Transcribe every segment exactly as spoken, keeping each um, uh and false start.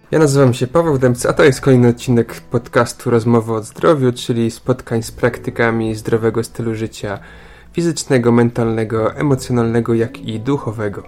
Ja nazywam się Paweł Dębca, a to jest kolejny odcinek podcastu Rozmowy o zdrowiu, czyli spotkań z praktykami zdrowego stylu życia fizycznego, mentalnego, emocjonalnego, jak i duchowego.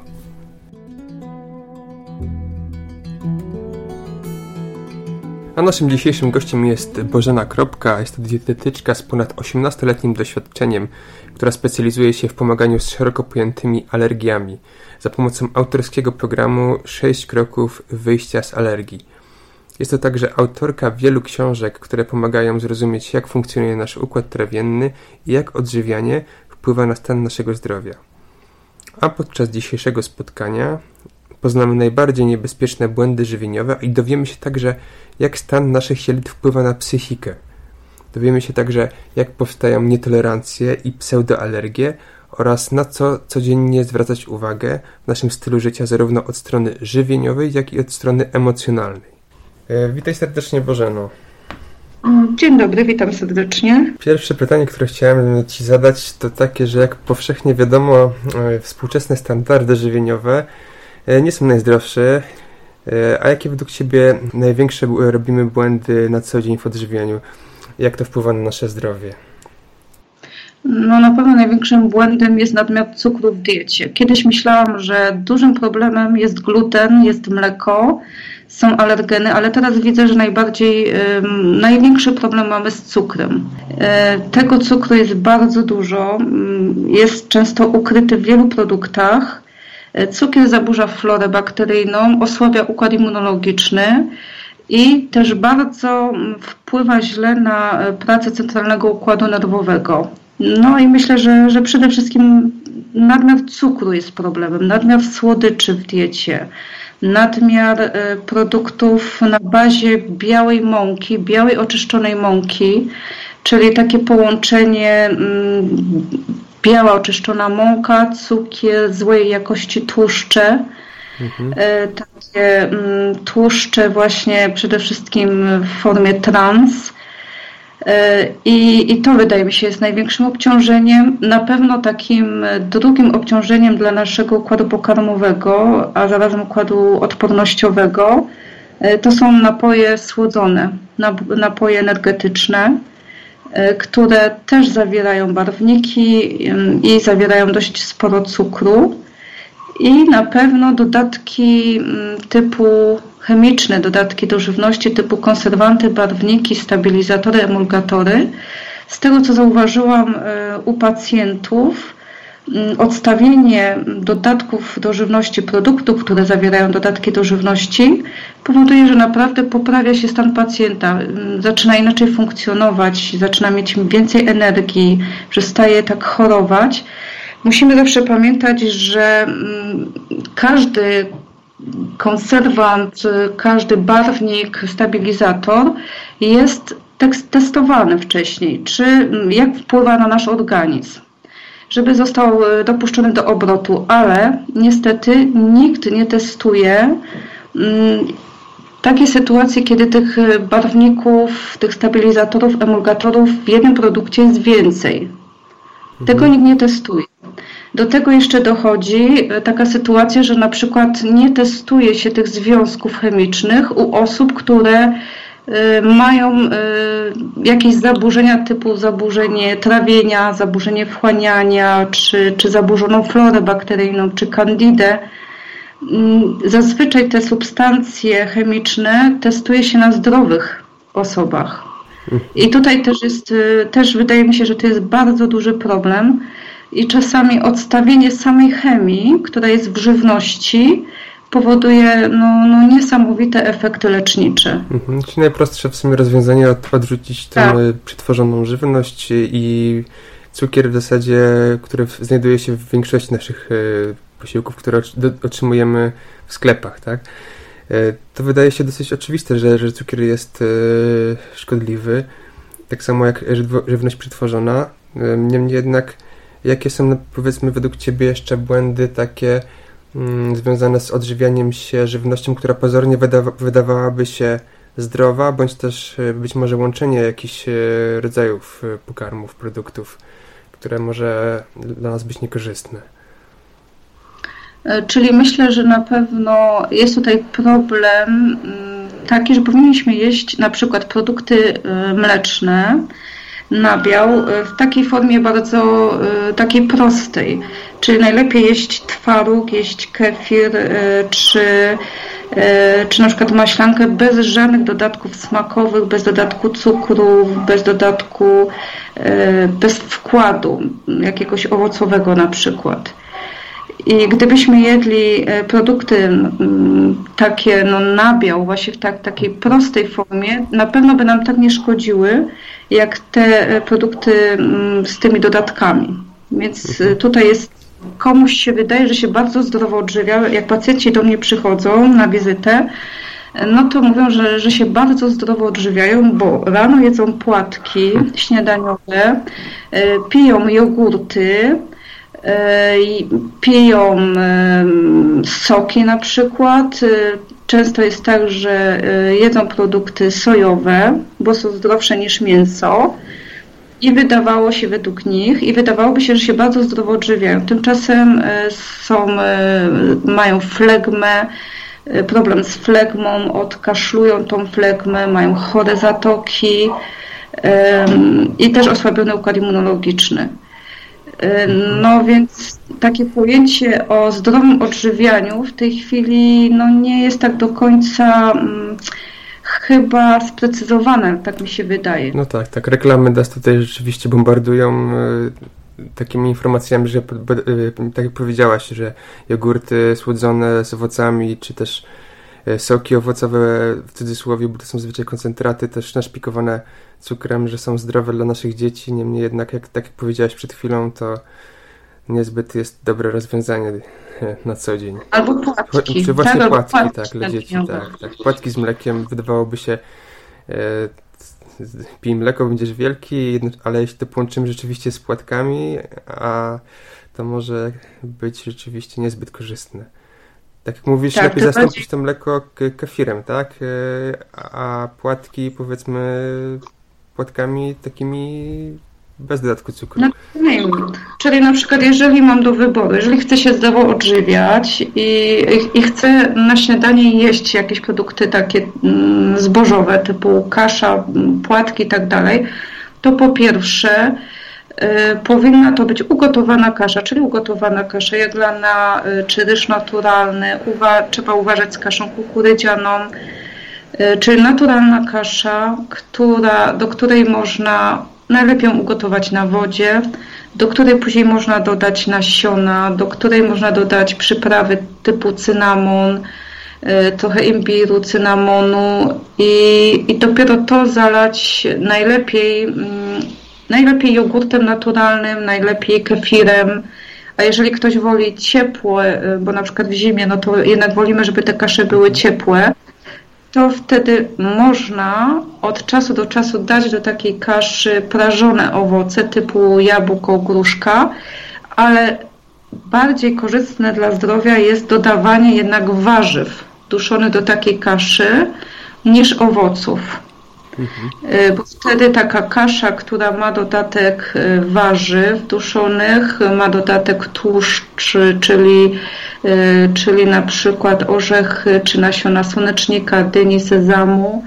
A naszym dzisiejszym gościem jest Bożena Kropka, jest to dietetyczka z ponad osiemnastoletnim doświadczeniem, która specjalizuje się w pomaganiu z szeroko pojętymi alergiami za pomocą autorskiego programu sześć kroków wyjścia z alergii. Jest to także autorka wielu książek, które pomagają zrozumieć, jak funkcjonuje nasz układ trawienny i jak odżywianie wpływa na stan naszego zdrowia. A podczas dzisiejszego spotkania poznamy najbardziej niebezpieczne błędy żywieniowe i dowiemy się także, jak stan naszych jelit wpływa na psychikę. Dowiemy się także, jak powstają nietolerancje i pseudoalergie oraz na co codziennie zwracać uwagę w naszym stylu życia zarówno od strony żywieniowej, jak i od strony emocjonalnej. E, witaj serdecznie, Bożeno. Dzień dobry, witam serdecznie. Pierwsze pytanie, które chciałem Ci zadać, to takie, że jak powszechnie wiadomo, e, współczesne standardy żywieniowe e, nie są najzdrowsze. A jakie według Ciebie największe robimy błędy na co dzień w odżywianiu? Jak to wpływa na nasze zdrowie? No na pewno największym błędem jest nadmiar cukru w diecie. Kiedyś myślałam, że dużym problemem jest gluten, jest mleko, są alergeny, ale teraz widzę, że najbardziej, y, największy problem mamy z cukrem. Y, tego cukru jest bardzo dużo, y, jest często ukryty w wielu produktach. Cukier zaburza florę bakteryjną, osłabia układ immunologiczny i też bardzo wpływa źle na pracę centralnego układu nerwowego. No i myślę, że, że przede wszystkim nadmiar cukru jest problemem, nadmiar słodyczy w diecie, nadmiar produktów na bazie białej mąki, białej oczyszczonej mąki, czyli takie połączenie biała oczyszczona mąka, cukier, złej jakości tłuszcze, mhm. takie mm, tłuszcze właśnie przede wszystkim w formie trans I, i to wydaje mi się jest największym obciążeniem. Na pewno takim drugim obciążeniem dla naszego układu pokarmowego, a zarazem układu odpornościowego to są napoje słodzone, napoje energetyczne, które też zawierają barwniki i zawierają dość sporo cukru i na pewno dodatki typu chemiczne, dodatki do żywności typu konserwanty, barwniki, stabilizatory, emulgatory. Z tego co zauważyłam u pacjentów, odstawienie dodatków do żywności, produktów, które zawierają dodatki do żywności, powoduje, że naprawdę poprawia się stan pacjenta, zaczyna inaczej funkcjonować, zaczyna mieć więcej energii, przestaje tak chorować. Musimy zawsze pamiętać, że każdy konserwant, każdy barwnik, stabilizator jest testowany wcześniej, czy jak wpływa na nasz organizm, żeby został dopuszczony do obrotu, ale niestety nikt nie testuje takiej sytuacji, kiedy tych barwników, tych stabilizatorów, emulgatorów w jednym produkcie jest więcej. Tego nikt nie testuje. Do tego jeszcze dochodzi taka sytuacja, że na przykład nie testuje się tych związków chemicznych u osób, które mają jakieś zaburzenia typu zaburzenie trawienia, zaburzenie wchłaniania, czy, czy zaburzoną florę bakteryjną, czy kandidę. Zazwyczaj te substancje chemiczne testuje się na zdrowych osobach. I tutaj też jest, też wydaje mi się, że to jest bardzo duży problem i czasami odstawienie samej chemii, która jest w żywności, powoduje no, no, niesamowite efekty lecznicze. Mhm. Czyli najprostsze w sumie rozwiązanie od, odrzucić tę tak. przetworzoną żywność i cukier w zasadzie, który znajduje się w większości naszych posiłków, które otrzymujemy w sklepach, tak? To wydaje się dosyć oczywiste, że, że cukier jest szkodliwy, tak samo jak żywność przetworzona. Niemniej jednak, jakie są, powiedzmy, według Ciebie jeszcze błędy takie mm, związane z odżywianiem się żywnością, która pozornie wydawa- wydawałaby się zdrowa, bądź też być może łączenie jakichś rodzajów pokarmów, produktów, które może dla nas być niekorzystne? Czyli myślę, że na pewno jest tutaj problem taki, że powinniśmy jeść na przykład produkty mleczne, nabiał w takiej formie bardzo takiej prostej. Czyli najlepiej jeść twaróg, jeść kefir, czy, czy na przykład maślankę bez żadnych dodatków smakowych, bez dodatku cukrów, bez dodatku, bez wkładu jakiegoś owocowego na przykład. I gdybyśmy jedli produkty takie, no nabiał właśnie w tak, takiej prostej formie, na pewno by nam tak nie szkodziły, jak te produkty z tymi dodatkami. Więc tutaj jest, komuś się wydaje, że się bardzo zdrowo odżywia. Jak pacjenci do mnie przychodzą na wizytę, no to mówią, że, że się bardzo zdrowo odżywiają, bo rano jedzą płatki śniadaniowe, piją jogurty, piją soki na przykład. Często jest tak, że jedzą produkty sojowe, bo są zdrowsze niż mięso. I wydawało się według nich, i wydawałoby się, że się bardzo zdrowo odżywiają. Tymczasem są, mają flegmę, problem z flegmą, odkaszlują tą flegmę, mają chore zatoki i też osłabiony układ immunologiczny. No więc takie pojęcie o zdrowym odżywianiu w tej chwili no nie jest tak do końca chyba sprecyzowane, tak mi się wydaje. No tak, tak. Reklamy nas tutaj rzeczywiście bombardują y, takimi informacjami, że y, tak jak powiedziałaś, że jogurty słodzone z owocami, czy też y, soki owocowe w cudzysłowie, bo to są zwyczaj koncentraty też naszpikowane cukrem, że są zdrowe dla naszych dzieci. Niemniej jednak, jak, tak jak powiedziałaś przed chwilą, to niezbyt jest dobre rozwiązanie na co dzień. Albo płatki. Czy właśnie tak, płatki, płatki, tak, dla dzieci, tak, tak. Płatki z mlekiem, wydawałoby się, e, pij mleko, będziesz wielki, ale jeśli to połączymy rzeczywiście z płatkami, a to może być rzeczywiście niezbyt korzystne. Tak jak mówisz, tak, lepiej to zastąpić bardziej... to mleko kefirem, tak? A płatki, powiedzmy, płatkami takimi bez dodatku cukru. No, czyli na przykład jeżeli mam do wyboru, jeżeli chcę się zdrowo odżywiać i, i chcę na śniadanie jeść jakieś produkty takie zbożowe typu kasza, płatki i tak dalej, to po pierwsze y, powinna to być ugotowana kasza, czyli ugotowana kasza jaglana y, czy ryż naturalny. Uwa- trzeba uważać z kaszą kukurydzianą, y, czyli naturalna kasza, która, do której można najlepiej ją ugotować na wodzie, do której później można dodać nasiona, do której można dodać przyprawy typu cynamon, trochę imbiru, cynamonu i, i dopiero to zalać najlepiej, najlepiej jogurtem naturalnym, najlepiej kefirem. A jeżeli ktoś woli ciepłe, bo na przykład w zimie, no to jednak wolimy, żeby te kasze były ciepłe, to wtedy można od czasu do czasu dać do takiej kaszy prażone owoce typu jabłko, gruszka, ale bardziej korzystne dla zdrowia jest dodawanie jednak warzyw duszonych do takiej kaszy niż owoców. Mhm. Bo wtedy taka kasza, która ma dodatek warzyw duszonych, ma dodatek tłuszczy, czyli, czyli na przykład orzechy czy nasiona słonecznika, dyni, sezamu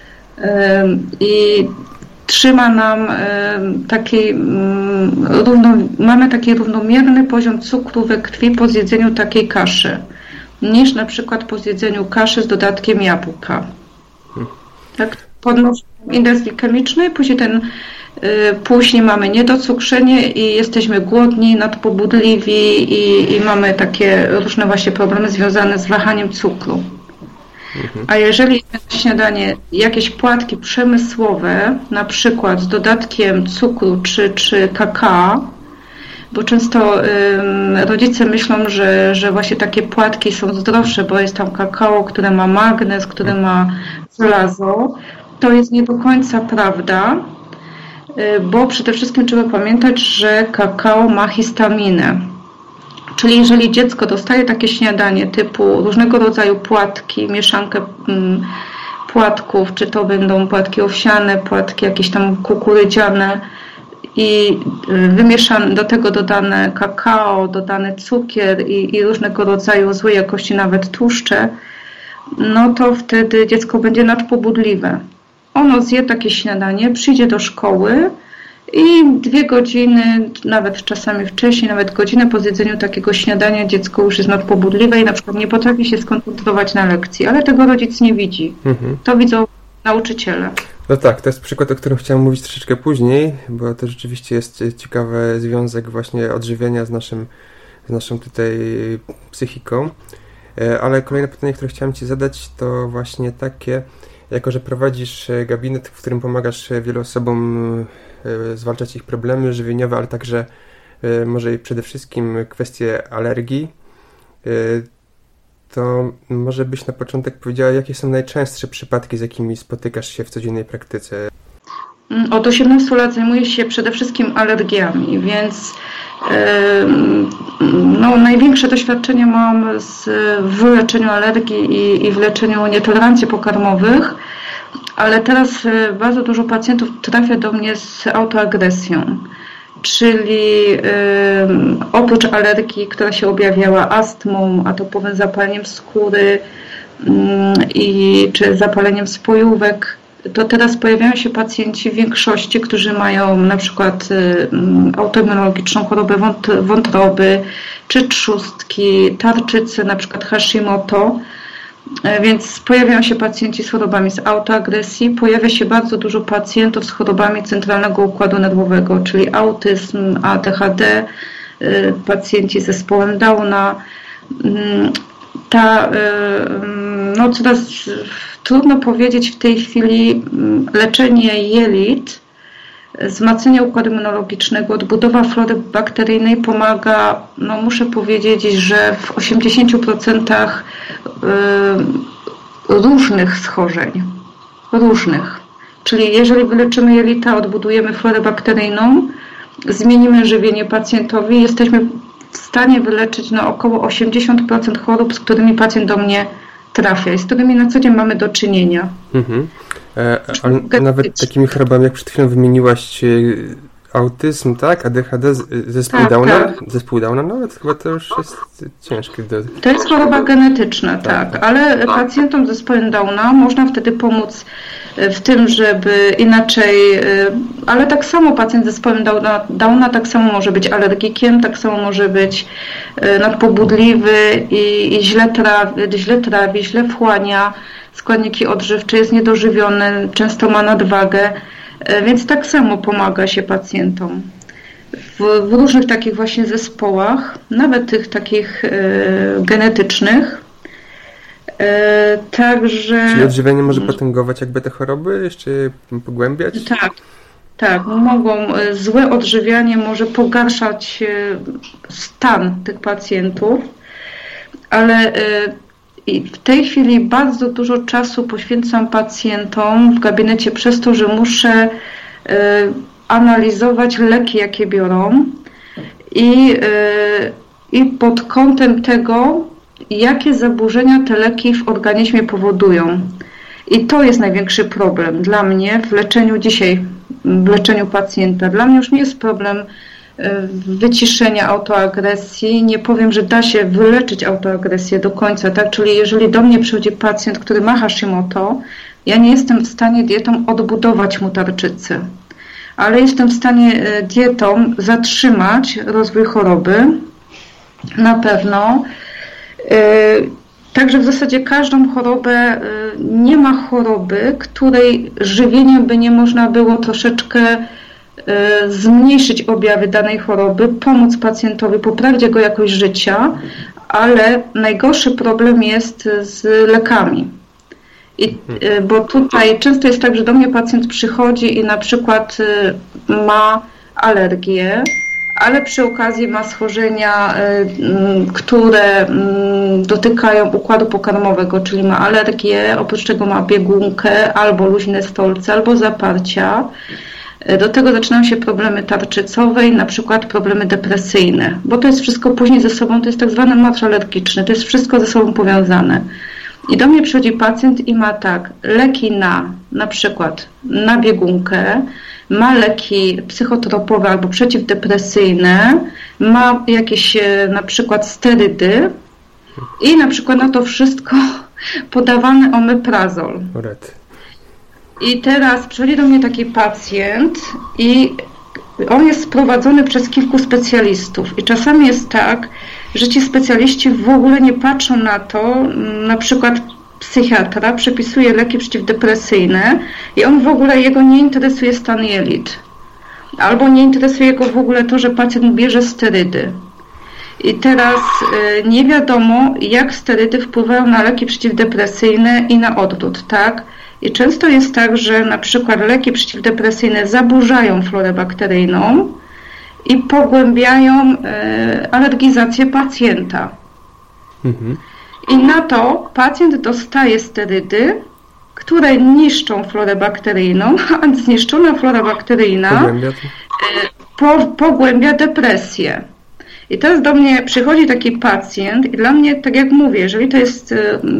i trzyma nam taki, równo, mamy taki równomierny poziom cukru we krwi po zjedzeniu takiej kaszy, niż na przykład po zjedzeniu kaszy z dodatkiem jabłka. Tak? Podnosi indeks glikemiczny, później ten y, później mamy niedocukrzenie i jesteśmy głodni, nadpobudliwi i, i mamy takie różne właśnie problemy związane z wahaniem cukru. Mhm. A jeżeli na śniadanie jakieś płatki przemysłowe, na przykład z dodatkiem cukru czy, czy kakao, bo często y, rodzice myślą, że, że właśnie takie płatki są zdrowsze, bo jest tam kakao, które ma magnez, które ma żelazo. To jest nie do końca prawda, bo przede wszystkim trzeba pamiętać, że kakao ma histaminę. Czyli jeżeli dziecko dostaje takie śniadanie typu różnego rodzaju płatki, mieszankę płatków, czy to będą płatki owsiane, płatki jakieś tam kukurydziane i wymieszane, do tego dodane kakao, dodany cukier i, i różnego rodzaju złej jakości nawet tłuszcze, no to wtedy dziecko będzie nadpobudliwe. Ono zje takie śniadanie, przyjdzie do szkoły i dwie godziny, nawet czasami wcześniej, nawet godzinę po zjedzeniu takiego śniadania dziecko już jest nadpobudliwe i na przykład nie potrafi się skoncentrować na lekcji, ale tego rodzic nie widzi. Mhm. To widzą nauczyciele. No tak, to jest przykład, o którym chciałem mówić troszeczkę później, bo to rzeczywiście jest ciekawy związek właśnie odżywiania z naszym, z naszą tutaj psychiką. Ale kolejne pytanie, które chciałem Ci zadać, to właśnie takie, jako że prowadzisz gabinet, w którym pomagasz wielu osobom zwalczać ich problemy żywieniowe, ale także może i przede wszystkim kwestie alergii, to może byś na początek powiedziała, jakie są najczęstsze przypadki, z jakimi spotykasz się w codziennej praktyce? Od osiemnastu lat zajmuję się przede wszystkim alergiami, więc no, największe doświadczenie mam z, w leczeniu alergii i, i w leczeniu nietolerancji pokarmowych, ale teraz bardzo dużo pacjentów trafia do mnie z autoagresją, czyli y, oprócz alergii, która się objawiała astmą, atopowym zapaleniem skóry y, i, czy zapaleniem spojówek, to teraz pojawiają się pacjenci w większości, którzy mają na przykład y, autoimmunologiczną chorobę wątroby, czy trzustki, tarczycy, na przykład Hashimoto. Więc pojawiają się pacjenci z chorobami z autoagresji, pojawia się bardzo dużo pacjentów z chorobami centralnego układu nerwowego, czyli autyzm, A D H D, pacjenci z zespołem Downa. Ta, no coraz trudno powiedzieć w tej chwili, leczenie jelit, wzmacnianie układu immunologicznego, odbudowa flory bakteryjnej pomaga, no muszę powiedzieć, że w osiemdziesięciu procentach różnych schorzeń, różnych. Czyli jeżeli wyleczymy jelita, odbudujemy florę bakteryjną, zmienimy żywienie pacjentowi, jesteśmy w stanie wyleczyć no, około osiemdziesiąt procent chorób, z którymi pacjent do mnie trafia i z którymi na co dzień mamy do czynienia. Mhm. E, ale nawet takimi chorobami, jak przed chwilą wymieniłaś, autyzm, tak? A D H D, zespół tak, Downa? Tak. Zespół Downa, no ale chyba to już jest ciężkie. Do... To jest choroba genetyczna, tak, tak, tak. Ale pacjentom z zespołem Downa można wtedy pomóc w tym, żeby inaczej, ale tak samo pacjent z zespołem Downa, Downa tak samo może być alergikiem, tak samo może być nadpobudliwy i, i źle, trawi, źle trawi, źle wchłania składniki odżywcze, jest niedożywiony, często ma nadwagę, więc tak samo pomaga się pacjentom w, w różnych takich właśnie zespołach, nawet tych takich e, genetycznych. E, także... Czyli odżywianie może potęgować jakby te choroby, jeszcze je pogłębiać? Tak, tak. Mogą, złe odżywianie może pogarszać stan tych pacjentów, ale e, i w tej chwili bardzo dużo czasu poświęcam pacjentom w gabinecie przez to, że muszę y, analizować leki, jakie biorą i, y, i pod kątem tego, jakie zaburzenia te leki w organizmie powodują. I to jest największy problem dla mnie w leczeniu dzisiaj, w leczeniu pacjenta. Dla mnie już nie jest problem wyciszenia autoagresji. Nie powiem, że da się wyleczyć autoagresję do końca, tak? Czyli jeżeli do mnie przychodzi pacjent, który ma Hashimoto, ja nie jestem w stanie dietą odbudować mu tarczycy, ale jestem w stanie dietą zatrzymać rozwój choroby, na pewno. Także w zasadzie każdą chorobę, nie ma choroby, której żywieniem by nie można było troszeczkę zmniejszyć objawy danej choroby, pomóc pacjentowi, poprawić jego jakość życia, ale najgorszy problem jest z lekami. I, bo tutaj często jest tak, że do mnie pacjent przychodzi i na przykład ma alergię, ale przy okazji ma schorzenia, które dotykają układu pokarmowego, czyli ma alergię, oprócz czego ma biegunkę, albo luźne stolce, albo zaparcia. Do tego zaczynają się problemy tarczycowe i na przykład problemy depresyjne, bo to jest wszystko później ze sobą, to jest tak zwany marsz alergiczny, to jest wszystko ze sobą powiązane. I do mnie przychodzi pacjent i ma tak, leki na, na przykład na biegunkę, ma leki psychotropowe albo przeciwdepresyjne, ma jakieś na przykład sterydy i na przykład na to wszystko podawany omeprazol. I teraz przychodzi do mnie taki pacjent i on jest sprowadzony przez kilku specjalistów. I czasami jest tak, że ci specjaliści w ogóle nie patrzą na to, na przykład psychiatra przepisuje leki przeciwdepresyjne i on w ogóle, jego nie interesuje stan jelit. Albo nie interesuje go w ogóle to, że pacjent bierze sterydy. I teraz y, nie wiadomo, jak sterydy wpływają na leki przeciwdepresyjne i na odwrót, tak? I często jest tak, że na przykład leki przeciwdepresyjne zaburzają florę bakteryjną i pogłębiają y, alergizację pacjenta. Mhm. I na to pacjent dostaje sterydy, które niszczą florę bakteryjną, a zniszczona flora bakteryjna pogłębia, po, pogłębia depresję. I teraz do mnie przychodzi taki pacjent i dla mnie, tak jak mówię, jeżeli to jest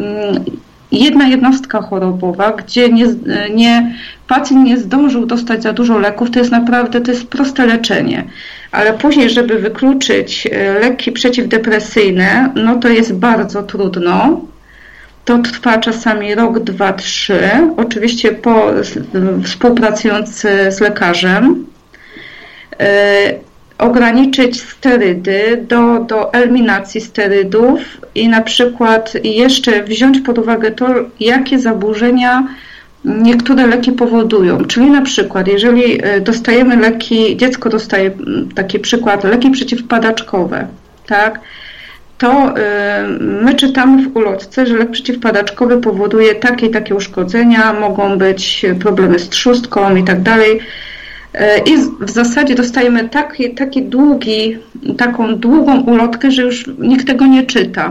jedna jednostka chorobowa, gdzie nie, nie, pacjent nie zdążył dostać za dużo leków, to jest naprawdę, to jest proste leczenie. Ale później, żeby wykluczyć leki przeciwdepresyjne, no to jest bardzo trudno. To trwa czasami rok, dwa, trzy. Oczywiście po, współpracując z lekarzem. Yy, ograniczyć sterydy do, do eliminacji sterydów i na przykład jeszcze wziąć pod uwagę to, jakie zaburzenia niektóre leki powodują. Czyli na przykład, jeżeli dostajemy leki, dziecko dostaje taki przykład, leki przeciwpadaczkowe, tak? To my czytamy w ulotce, że lek przeciwpadaczkowy powoduje takie i takie uszkodzenia, mogą być problemy z trzustką i tak dalej. I w zasadzie dostajemy taki, taki długi, taką długą ulotkę, że już nikt tego nie czyta.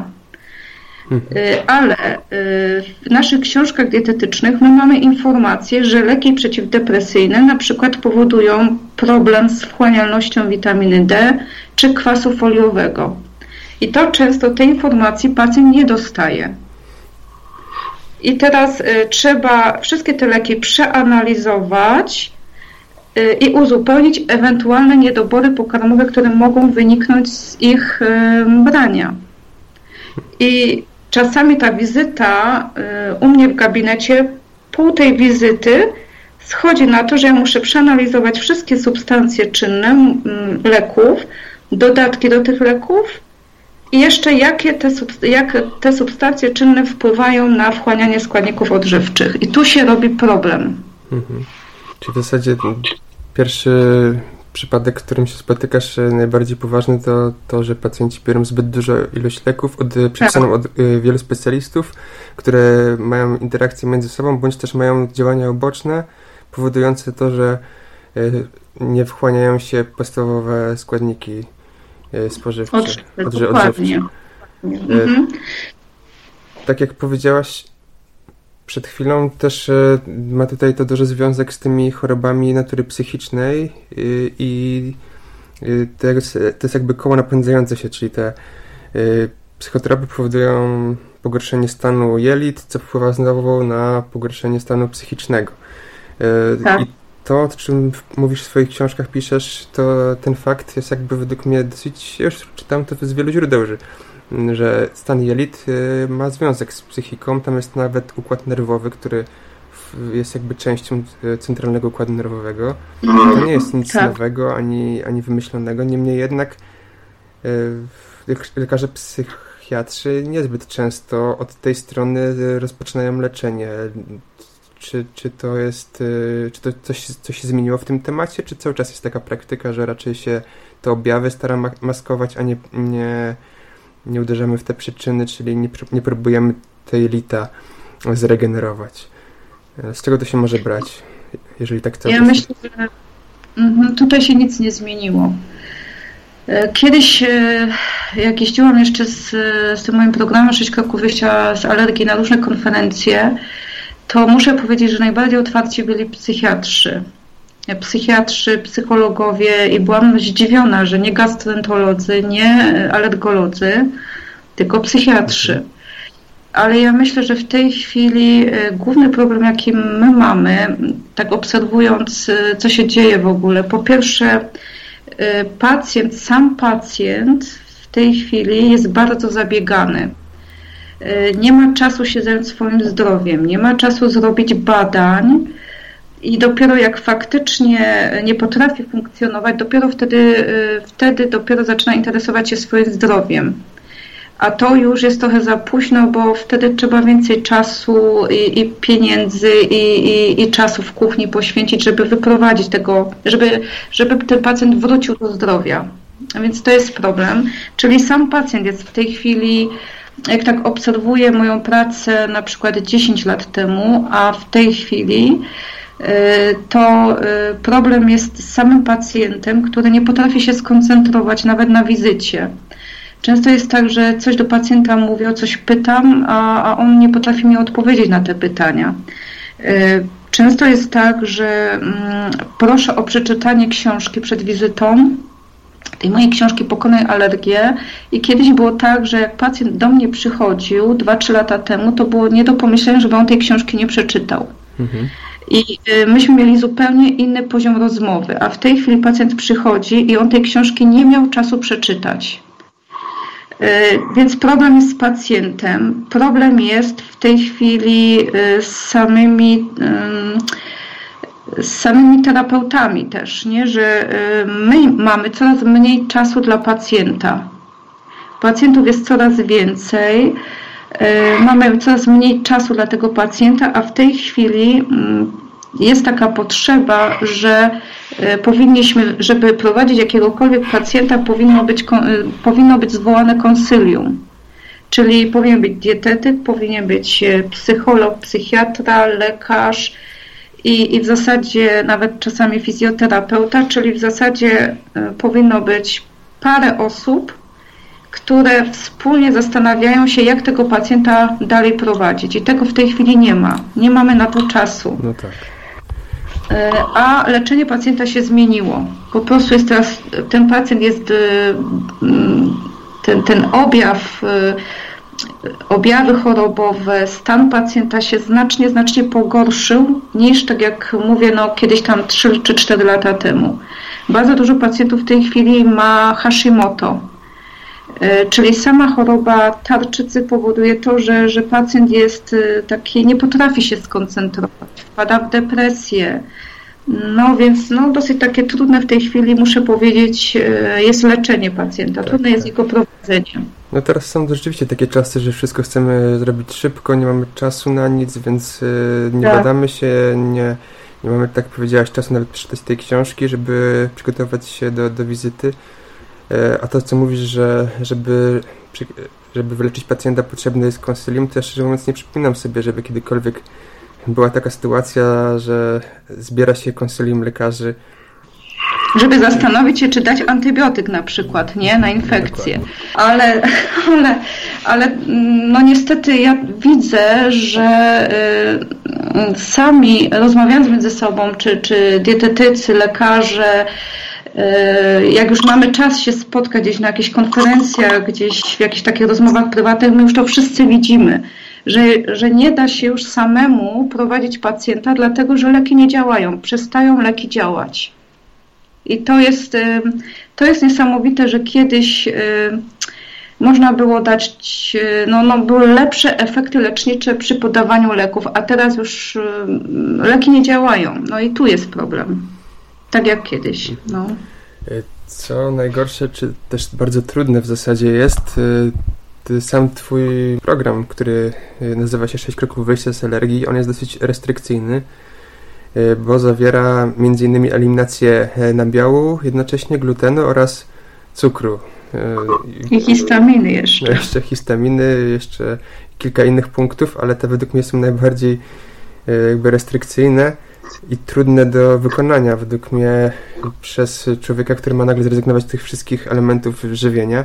Ale w naszych książkach dietetycznych my mamy informację, że leki przeciwdepresyjne na przykład powodują problem z wchłanialnością witaminy D czy kwasu foliowego. I to często tej informacji pacjent nie dostaje. I teraz y, trzeba wszystkie te leki przeanalizować y, i uzupełnić ewentualne niedobory pokarmowe, które mogą wyniknąć z ich y, brania. I czasami ta wizyta y, u mnie w gabinecie, pół tej wizyty schodzi na to, że ja muszę przeanalizować wszystkie substancje czynne y, leków, dodatki do tych leków, i jeszcze jakie te, jak te substancje czynne wpływają na wchłanianie składników odżywczych. I tu się robi problem. Mhm. Czyli w zasadzie pierwszy przypadek, z którym się spotykasz, najbardziej poważny, to to, że pacjenci biorą zbyt dużo ilość leków od, przepisaną od wielu specjalistów, które mają interakcje między sobą, bądź też mają działania uboczne, powodujące to, że nie wchłaniają się podstawowe składniki spożywcze, Odżyw, odży, odżywcze. Mhm. Tak jak powiedziałaś przed chwilą, też ma tutaj to duży związek z tymi chorobami natury psychicznej i, i to, jest, to jest jakby koło napędzające się, czyli te psychotropy powodują pogorszenie stanu jelit, co wpływa znowu na pogorszenie stanu psychicznego. Tak. I to, o czym mówisz w swoich książkach, piszesz, to ten fakt jest jakby według mnie dosyć, już czytam to z wielu źródeł, że, że stan jelit ma związek z psychiką, tam jest nawet układ nerwowy, który jest jakby częścią centralnego układu nerwowego. To nie jest nic tak. nowego, ani, ani wymyślonego, niemniej jednak lekarze psychiatrzy niezbyt często od tej strony rozpoczynają leczenie. Czy, czy to jest, czy to coś, coś się zmieniło w tym temacie, czy cały czas jest taka praktyka, że raczej się te objawy stara maskować, a nie, nie, nie uderzamy w te przyczyny, czyli nie, nie próbujemy tej jelita zregenerować? Z czego to się może brać, jeżeli tak cały Ja czas... myślę, że tutaj się nic nie zmieniło. Kiedyś, jak jeździłam jeszcze z, z tym moim programem sześć kroków wyjścia z alergii na różne konferencje, to muszę powiedzieć, że najbardziej otwarci byli psychiatrzy. Psychiatrzy, psychologowie i byłam zdziwiona, że nie gastroenterolodzy, nie alergolodzy, tylko psychiatrzy. Ale ja myślę, że w tej chwili główny problem, jaki my mamy, tak obserwując, co się dzieje w ogóle, po pierwsze pacjent, sam pacjent w tej chwili jest bardzo zabiegany. nie ma czasu się zająć swoim zdrowiem, nie ma czasu zrobić badań i dopiero jak faktycznie nie potrafi funkcjonować, dopiero wtedy, wtedy dopiero zaczyna interesować się swoim zdrowiem. A to już jest trochę za późno, bo wtedy trzeba więcej czasu i, i pieniędzy i, i, i czasu w kuchni poświęcić, żeby wyprowadzić tego, żeby, żeby ten pacjent wrócił do zdrowia. A więc to jest problem. Czyli sam pacjent jest w tej chwili, jak tak obserwuję moją pracę na przykład dziesięć lat temu, a w tej chwili to problem jest z samym pacjentem, który nie potrafi się skoncentrować nawet na wizycie. Często jest tak, że coś do pacjenta mówię, o coś pytam, a, a on nie potrafi mi odpowiedzieć na te pytania. Często jest tak, że mm, proszę o przeczytanie książki przed wizytą, tej mojej książki Pokonaj alergię, i kiedyś było tak, że jak pacjent do mnie przychodził dwa trzy lata temu, to było nie do pomyślenia, żeby on tej książki nie przeczytał. Mhm. I myśmy mieli zupełnie inny poziom rozmowy, a w tej chwili pacjent przychodzi i on tej książki nie miał czasu przeczytać. Więc problem jest z pacjentem, problem jest w tej chwili z samymi, z samymi terapeutami też, nie? Że my mamy coraz mniej czasu dla pacjenta. Pacjentów jest coraz więcej, mamy coraz mniej czasu dla tego pacjenta, a w tej chwili jest taka potrzeba, że powinniśmy, żeby prowadzić jakiegokolwiek pacjenta, powinno być, powinno być zwołane konsylium. Czyli powinien być dietetyk, powinien być psycholog, psychiatra, lekarz i, i w zasadzie nawet czasami fizjoterapeuta, czyli w zasadzie powinno być parę osób, które wspólnie zastanawiają się, jak tego pacjenta dalej prowadzić. I tego w tej chwili nie ma. Nie mamy na to czasu. No tak. A leczenie pacjenta się zmieniło. Po prostu jest teraz, ten pacjent jest, ten, ten objaw, objawy chorobowe, stan pacjenta się znacznie, znacznie pogorszył niż, tak jak mówię, no kiedyś tam trzy czy cztery lata temu. Bardzo dużo pacjentów w tej chwili ma Hashimoto. Czyli sama choroba tarczycy powoduje to, że, że pacjent jest taki, nie potrafi się skoncentrować, wpada w depresję. No więc no, dosyć takie trudne w tej chwili, muszę powiedzieć, jest leczenie pacjenta, tak, trudne tak. jest jego prowadzenie. No teraz są rzeczywiście takie czasy, że wszystko chcemy zrobić szybko, nie mamy czasu na nic, więc nie tak. badamy się, nie, nie mamy, tak powiedziałaś, czasu nawet przeczytać tej książki, żeby przygotować się do, do wizyty. A to, co mówisz, że żeby, żeby wyleczyć pacjenta potrzebny jest konsylium, to ja szczerze mówiąc nie przypominam sobie, żeby kiedykolwiek była taka sytuacja, że zbiera się konsylium lekarzy. Żeby zastanowić się, czy dać antybiotyk na przykład, nie? Na infekcję. Ale, ale, ale no niestety ja widzę, że y, sami rozmawiając między sobą, czy, czy dietetycy, lekarze, jak już mamy czas się spotkać gdzieś na jakichś konferencjach, gdzieś w jakichś takich rozmowach prywatnych, my już to wszyscy widzimy, że, że nie da się już samemu prowadzić pacjenta, dlatego że leki nie działają, przestają leki działać. I to jest, to jest niesamowite, że kiedyś można było dać, no, no były lepsze efekty lecznicze przy podawaniu leków, a teraz już leki nie działają. No i tu jest problem. Tak jak kiedyś. No. Co najgorsze, czy też bardzo trudne w zasadzie jest, sam twój program, który nazywa się sześć kroków wyjścia z alergii, on jest dosyć restrykcyjny, bo zawiera między innymi eliminację nabiału, jednocześnie glutenu oraz cukru. I histaminy jeszcze. Jeszcze histaminy, jeszcze kilka innych punktów, ale te według mnie są najbardziej jakby restrykcyjne i trudne do wykonania według mnie przez człowieka, który ma nagle zrezygnować z tych wszystkich elementów żywienia.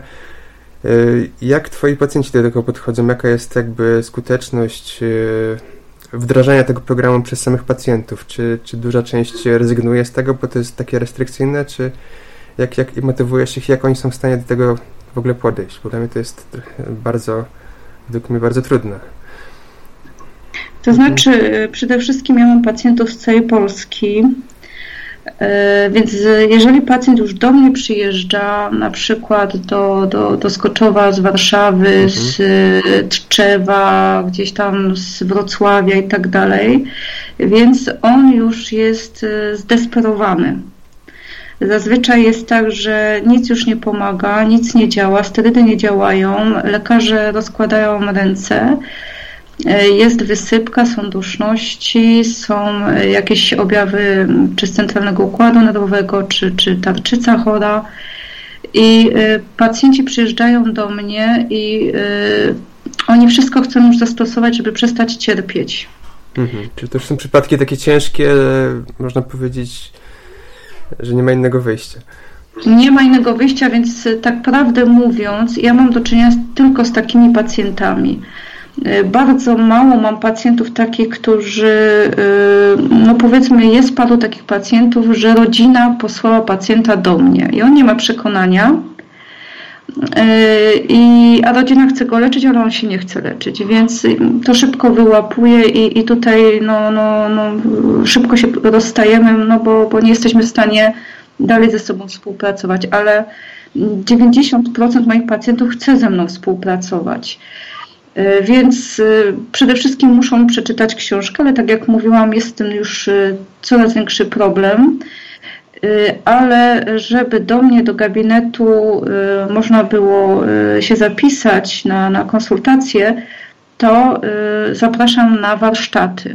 Jak twoi pacjenci do tego podchodzą? Jaka jest jakby skuteczność wdrażania tego programu przez samych pacjentów? Czy, czy duża część rezygnuje z tego, bo to jest takie restrykcyjne? Czy jak, jak motywujesz ich, jak oni są w stanie do tego w ogóle podejść? Bo dla mnie to jest bardzo, według mnie bardzo trudne. To znaczy, przede wszystkim ja mam pacjentów z całej Polski Więc jeżeli pacjent już do mnie przyjeżdża, na przykład do, do, do Skoczowa z Warszawy, mhm. z Tczewa, gdzieś tam z Wrocławia i tak dalej, więc on już jest zdesperowany. Zazwyczaj jest tak, że nic już nie pomaga, nic nie działa, sterydy nie działają, lekarze rozkładają ręce. Jest wysypka, są duszności, są jakieś objawy czy z centralnego układu nerwowego, czy, czy tarczyca chora. I pacjenci przyjeżdżają do mnie i oni wszystko chcą już zastosować, żeby przestać cierpieć. Mhm. Czyli to już są przypadki takie ciężkie, można powiedzieć, że nie ma innego wyjścia. Nie ma innego wyjścia, więc tak prawdę mówiąc, ja mam do czynienia tylko z takimi pacjentami. Bardzo mało mam pacjentów takich, którzy, no powiedzmy, jest paru takich pacjentów, że rodzina posłała pacjenta do mnie i on nie ma przekonania, i, a rodzina chce go leczyć, ale on się nie chce leczyć, więc to szybko wyłapuje i, i tutaj no, no, no, szybko się rozstajemy, no bo, bo nie jesteśmy w stanie dalej ze sobą współpracować, ale dziewięćdziesiąt procent moich pacjentów chce ze mną współpracować. Więc przede wszystkim muszą przeczytać książkę, ale tak jak mówiłam, jest ten już coraz większy problem. Ale żeby do mnie, do gabinetu można było się zapisać na, na konsultację, to zapraszam na warsztaty.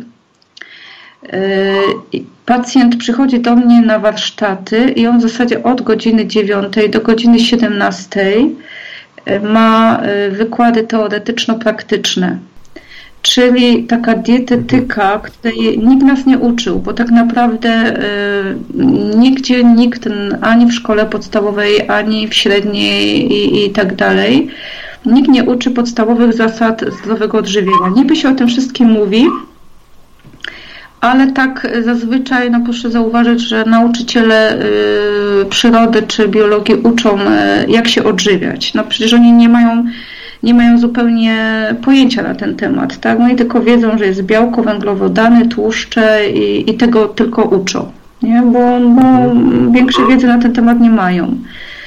Pacjent przychodzi do mnie na warsztaty i on w zasadzie od godziny dziewiątej do godziny siedemnastej ma wykłady teoretyczno-praktyczne, czyli taka dietetyka, której nikt nas nie uczył, bo tak naprawdę nigdzie nikt, ani w szkole podstawowej, ani w średniej i, i tak dalej, nikt nie uczy podstawowych zasad zdrowego odżywienia. Niby się o tym wszystkim mówi, ale tak zazwyczaj, no proszę zauważyć, że nauczyciele y, przyrody czy biologii uczą, y, jak się odżywiać. No przecież oni nie mają, nie mają zupełnie pojęcia na ten temat, tak? Oni tylko wiedzą, że jest białko, węglowodany, tłuszcze i, i tego tylko uczą, nie? Bo, bo większej wiedzy na ten temat nie mają.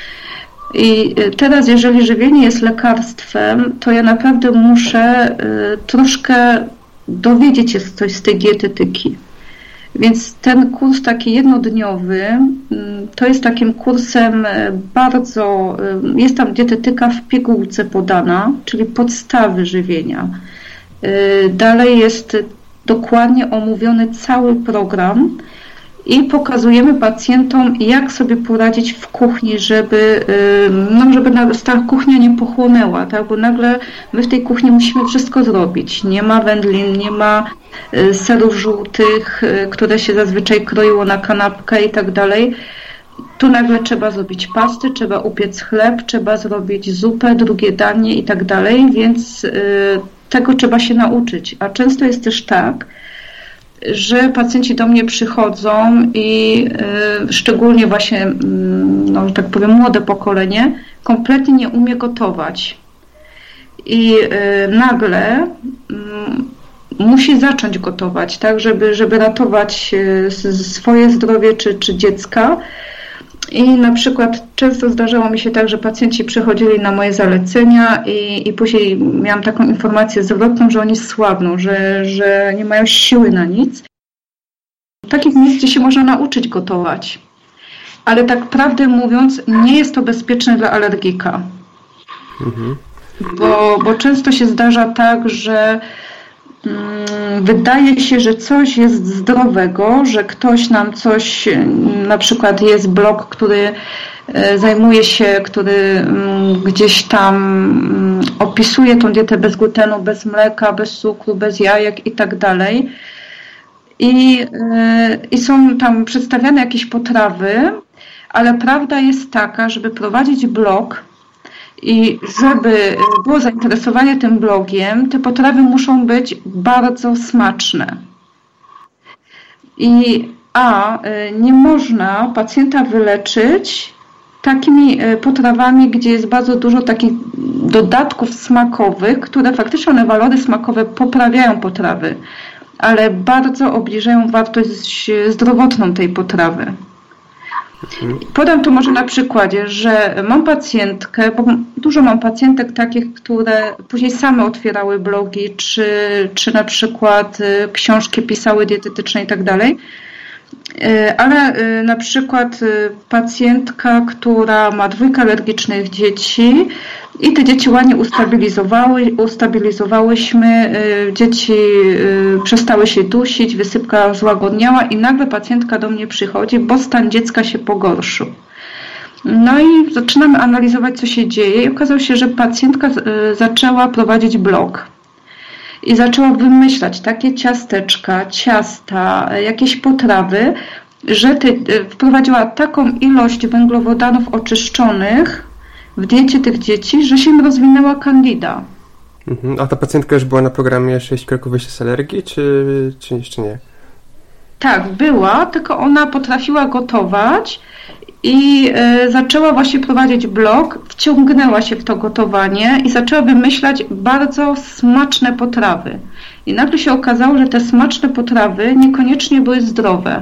I teraz, jeżeli żywienie jest lekarstwem, to ja naprawdę muszę y, troszkę dowiedzieć się coś z tej dietetyki. Więc ten kurs taki jednodniowy to jest takim kursem bardzo, jest tam dietetyka w pigułce podana, czyli podstawy żywienia. Dalej jest dokładnie omówiony cały program i pokazujemy pacjentom, jak sobie poradzić w kuchni, żeby, no, żeby ta kuchnia nie pochłonęła, tak? Bo nagle my w tej kuchni musimy wszystko zrobić. Nie ma wędlin, nie ma serów żółtych, które się zazwyczaj kroiło na kanapkę i tak dalej. Tu nagle trzeba zrobić pasty, trzeba upiec chleb, trzeba zrobić zupę, drugie danie i tak dalej, więc tego trzeba się nauczyć. A często jest też tak, że pacjenci do mnie przychodzą i y, szczególnie właśnie, y, no, że tak powiem, młode pokolenie kompletnie nie umie gotować. I y, nagle y, musi zacząć gotować, tak, żeby, żeby ratować y, swoje zdrowie czy, czy dziecka. I na przykład często zdarzało mi się tak, że pacjenci przychodzili na moje zalecenia i, i później miałam taką informację zwrotną, że oni słabną, że, że nie mają siły na nic. W takich miejsc, gdzie się można nauczyć gotować. Ale tak prawdę mówiąc, nie jest to bezpieczne dla alergika. Mhm. Bo, bo często się zdarza tak, że wydaje się, że coś jest zdrowego, że ktoś nam coś, na przykład jest blog, który zajmuje się, który gdzieś tam opisuje tą dietę bez glutenu, bez mleka, bez cukru, bez jajek i tak dalej. I, i są tam przedstawiane jakieś potrawy, ale prawda jest taka, żeby prowadzić blog i żeby było zainteresowanie tym blogiem, te potrawy muszą być bardzo smaczne. I a nie można pacjenta wyleczyć takimi potrawami, gdzie jest bardzo dużo takich dodatków smakowych, które faktycznie one walory smakowe poprawiają potrawy, ale bardzo obniżają wartość zdrowotną tej potrawy. Podam to może na przykładzie, że mam pacjentkę, bo dużo mam pacjentek takich, które później same otwierały blogi, czy, czy na przykład książki pisały dietetyczne i tak dalej. Ale na przykład pacjentka, która ma dwójkę alergicznych dzieci i te dzieci ładnie ustabilizowały, ustabilizowałyśmy, dzieci przestały się dusić, wysypka złagodniała i nagle pacjentka do mnie przychodzi, bo stan dziecka się pogorszył. No i zaczynamy analizować, co się dzieje i okazało się, że pacjentka zaczęła prowadzić blog. I zaczęła wymyślać takie ciasteczka, ciasta, jakieś potrawy, że ty, wprowadziła taką ilość węglowodanów oczyszczonych w diecie tych dzieci, że się im rozwinęła candida. Mhm. A ta pacjentka już była na programie sześć kroków wyjścia z alergii, czy, czy jeszcze nie? Tak, była, tylko ona potrafiła gotować i y, zaczęła właśnie prowadzić blog, wciągnęła się w to gotowanie i zaczęła wymyślać bardzo smaczne potrawy. I nagle się okazało, że te smaczne potrawy niekoniecznie były zdrowe.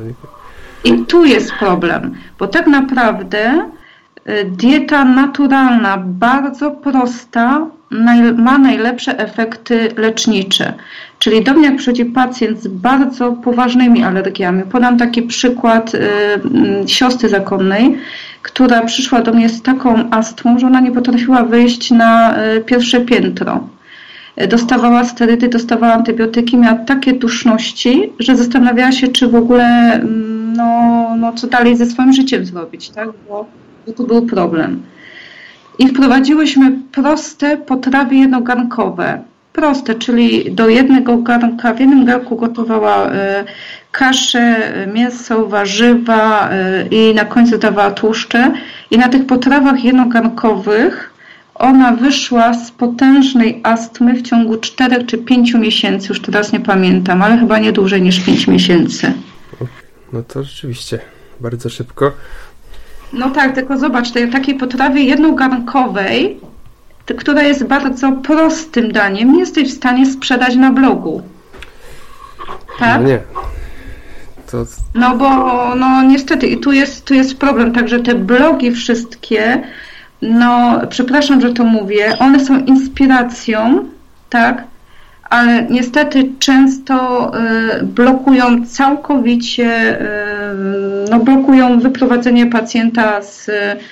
I tu jest problem, bo tak naprawdę y, dieta naturalna, bardzo prosta, naj, ma najlepsze efekty lecznicze. Czyli do mnie jak przychodzi pacjent z bardzo poważnymi alergiami. Podam taki przykład y, y, siostry zakonnej, która przyszła do mnie z taką astmą, że ona nie potrafiła wyjść na y, pierwsze piętro. Dostawała sterydy, dostawała antybiotyki, miała takie duszności, że zastanawiała się, czy w ogóle no, no co dalej ze swoim życiem zrobić, tak? Bo, bo to był problem. I wprowadziłyśmy proste potrawy jednogarnkowe. Proste, czyli do jednego garnka, w jednym garnku gotowała y, kaszę, mięso, warzywa y, i na końcu dawała tłuszcze. I na tych potrawach jednogarnkowych ona wyszła z potężnej astmy w ciągu czterech czy pięciu miesięcy, już teraz nie pamiętam, ale chyba nie dłużej niż pięć miesięcy. No to rzeczywiście bardzo szybko. No tak, tylko zobacz, tej takiej potrawy jednogarnkowej, która jest bardzo prostym daniem, nie jesteś w stanie sprzedać na blogu. Tak? No nie. To... No bo no niestety i tu jest, tu jest problem, także te blogi wszystkie, no przepraszam, że to mówię, one są inspiracją, tak? Ale niestety często y, blokują całkowicie, y, no blokują wyprowadzenie pacjenta z,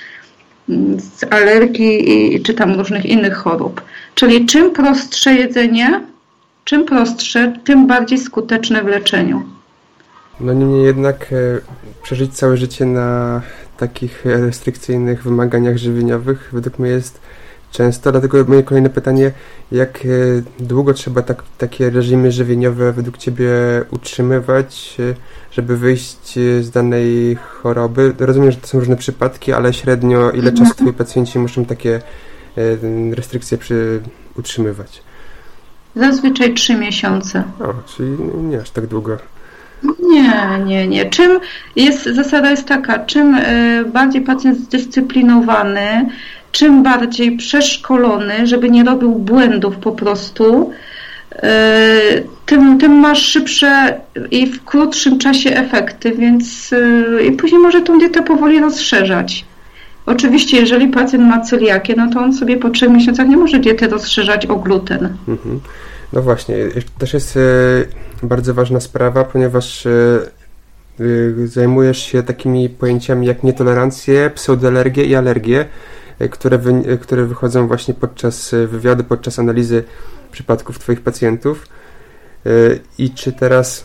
z alergii i, czy tam różnych innych chorób. Czyli czym prostsze jedzenie, czym prostsze, tym bardziej skuteczne w leczeniu. No niemniej jednak e, przeżyć całe życie na takich restrykcyjnych wymaganiach żywieniowych według mnie jest często, dlatego moje kolejne pytanie, jak długo trzeba tak, takie reżimy żywieniowe według Ciebie utrzymywać, żeby wyjść z danej choroby? Rozumiem, że to są różne przypadki, ale średnio ile mhm. czasu Twoi pacjenci muszą takie restrykcje przy, utrzymywać? Zazwyczaj trzy miesiące. O, czyli nie aż tak długo. Nie, nie, nie. Czym jest, zasada jest taka, czym bardziej pacjent zdyscyplinowany, czym bardziej przeszkolony, żeby nie robił błędów po prostu, tym, tym masz szybsze i w krótszym czasie efekty, więc i później może tą dietę powoli rozszerzać. Oczywiście, jeżeli pacjent ma celiakię, no to on sobie po trzech miesiącach nie może diety rozszerzać o gluten. Mhm. No właśnie, też jest bardzo ważna sprawa, ponieważ zajmujesz się takimi pojęciami jak nietolerancje, pseudoalergie i alergie, które, wy, które wychodzą właśnie podczas wywiadu, podczas analizy przypadków Twoich pacjentów. I czy teraz,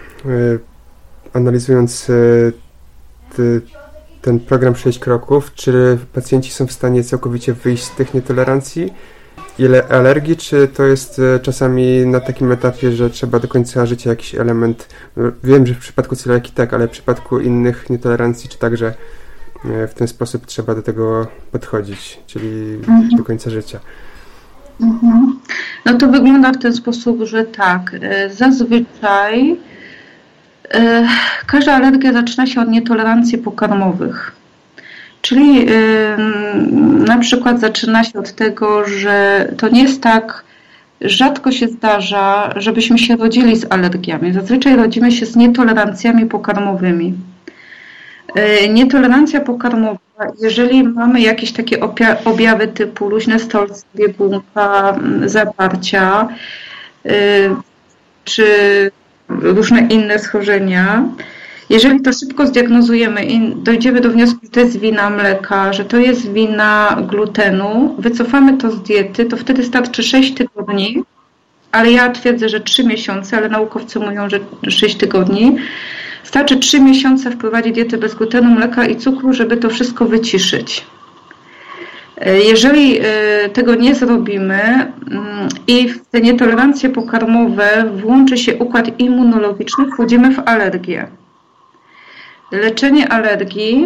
analizując ty, ten program sześć kroków, czy pacjenci są w stanie całkowicie wyjść z tych nietolerancji i alergii, czy to jest czasami na takim etapie, że trzeba do końca życia jakiś element, wiem, że w przypadku celiaki tak, ale w przypadku innych nietolerancji, czy także w ten sposób trzeba do tego podchodzić, czyli mhm. do końca życia. Mhm. No to wygląda w ten sposób, że tak, zazwyczaj e, każda alergia zaczyna się od nietolerancji pokarmowych. Czyli e, na przykład zaczyna się od tego, że to nie jest tak, rzadko się zdarza, żebyśmy się rodzili z alergiami. Zazwyczaj rodzimy się z nietolerancjami pokarmowymi. Nietolerancja pokarmowa, jeżeli mamy jakieś takie objawy typu luźne stolce, biegunka, zaparcia, czy różne inne schorzenia, jeżeli to szybko zdiagnozujemy i dojdziemy do wniosku, że to jest wina mleka, że to jest wina glutenu, wycofamy to z diety, to wtedy starczy sześć tygodni, ale ja twierdzę, że trzy miesiące, ale naukowcy mówią, że sześć tygodni. Starczy trzy miesiące wprowadzić dietę bez glutenu, mleka i cukru, żeby to wszystko wyciszyć. Jeżeli tego nie zrobimy i w te nietolerancje pokarmowe włączy się układ immunologiczny, wchodzimy w alergię. Leczenie alergii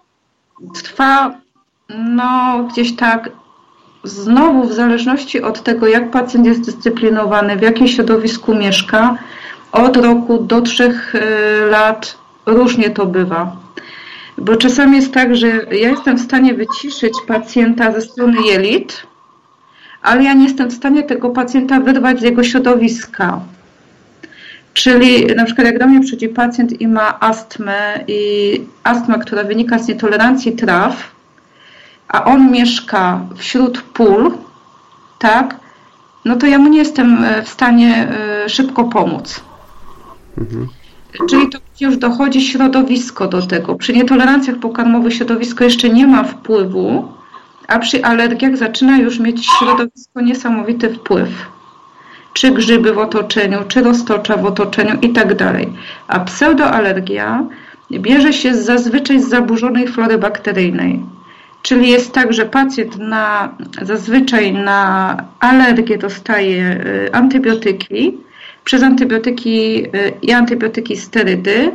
trwa no, gdzieś tak znowu w zależności od tego, jak pacjent jest dyscyplinowany, w jakim środowisku mieszka, od roku do trzech lat różnie to bywa. Bo czasami jest tak, że ja jestem w stanie wyciszyć pacjenta ze strony jelit, ale ja nie jestem w stanie tego pacjenta wyrwać z jego środowiska. Czyli na przykład jak do mnie przychodzi pacjent i ma astmę, i astma, która wynika z nietolerancji traw, a on mieszka wśród pól, tak, no to ja mu nie jestem w stanie szybko pomóc. Mhm. Czyli to już dochodzi środowisko do tego. Przy nietolerancjach pokarmowych środowisko jeszcze nie ma wpływu, a przy alergiach zaczyna już mieć środowisko niesamowity wpływ. Czy grzyby w otoczeniu, czy roztocza w otoczeniu i tak dalej. A pseudoalergia bierze się zazwyczaj z zaburzonej flory bakteryjnej. Czyli jest tak, że pacjent na, zazwyczaj na alergię dostaje antybiotyki, przez antybiotyki i antybiotyki sterydy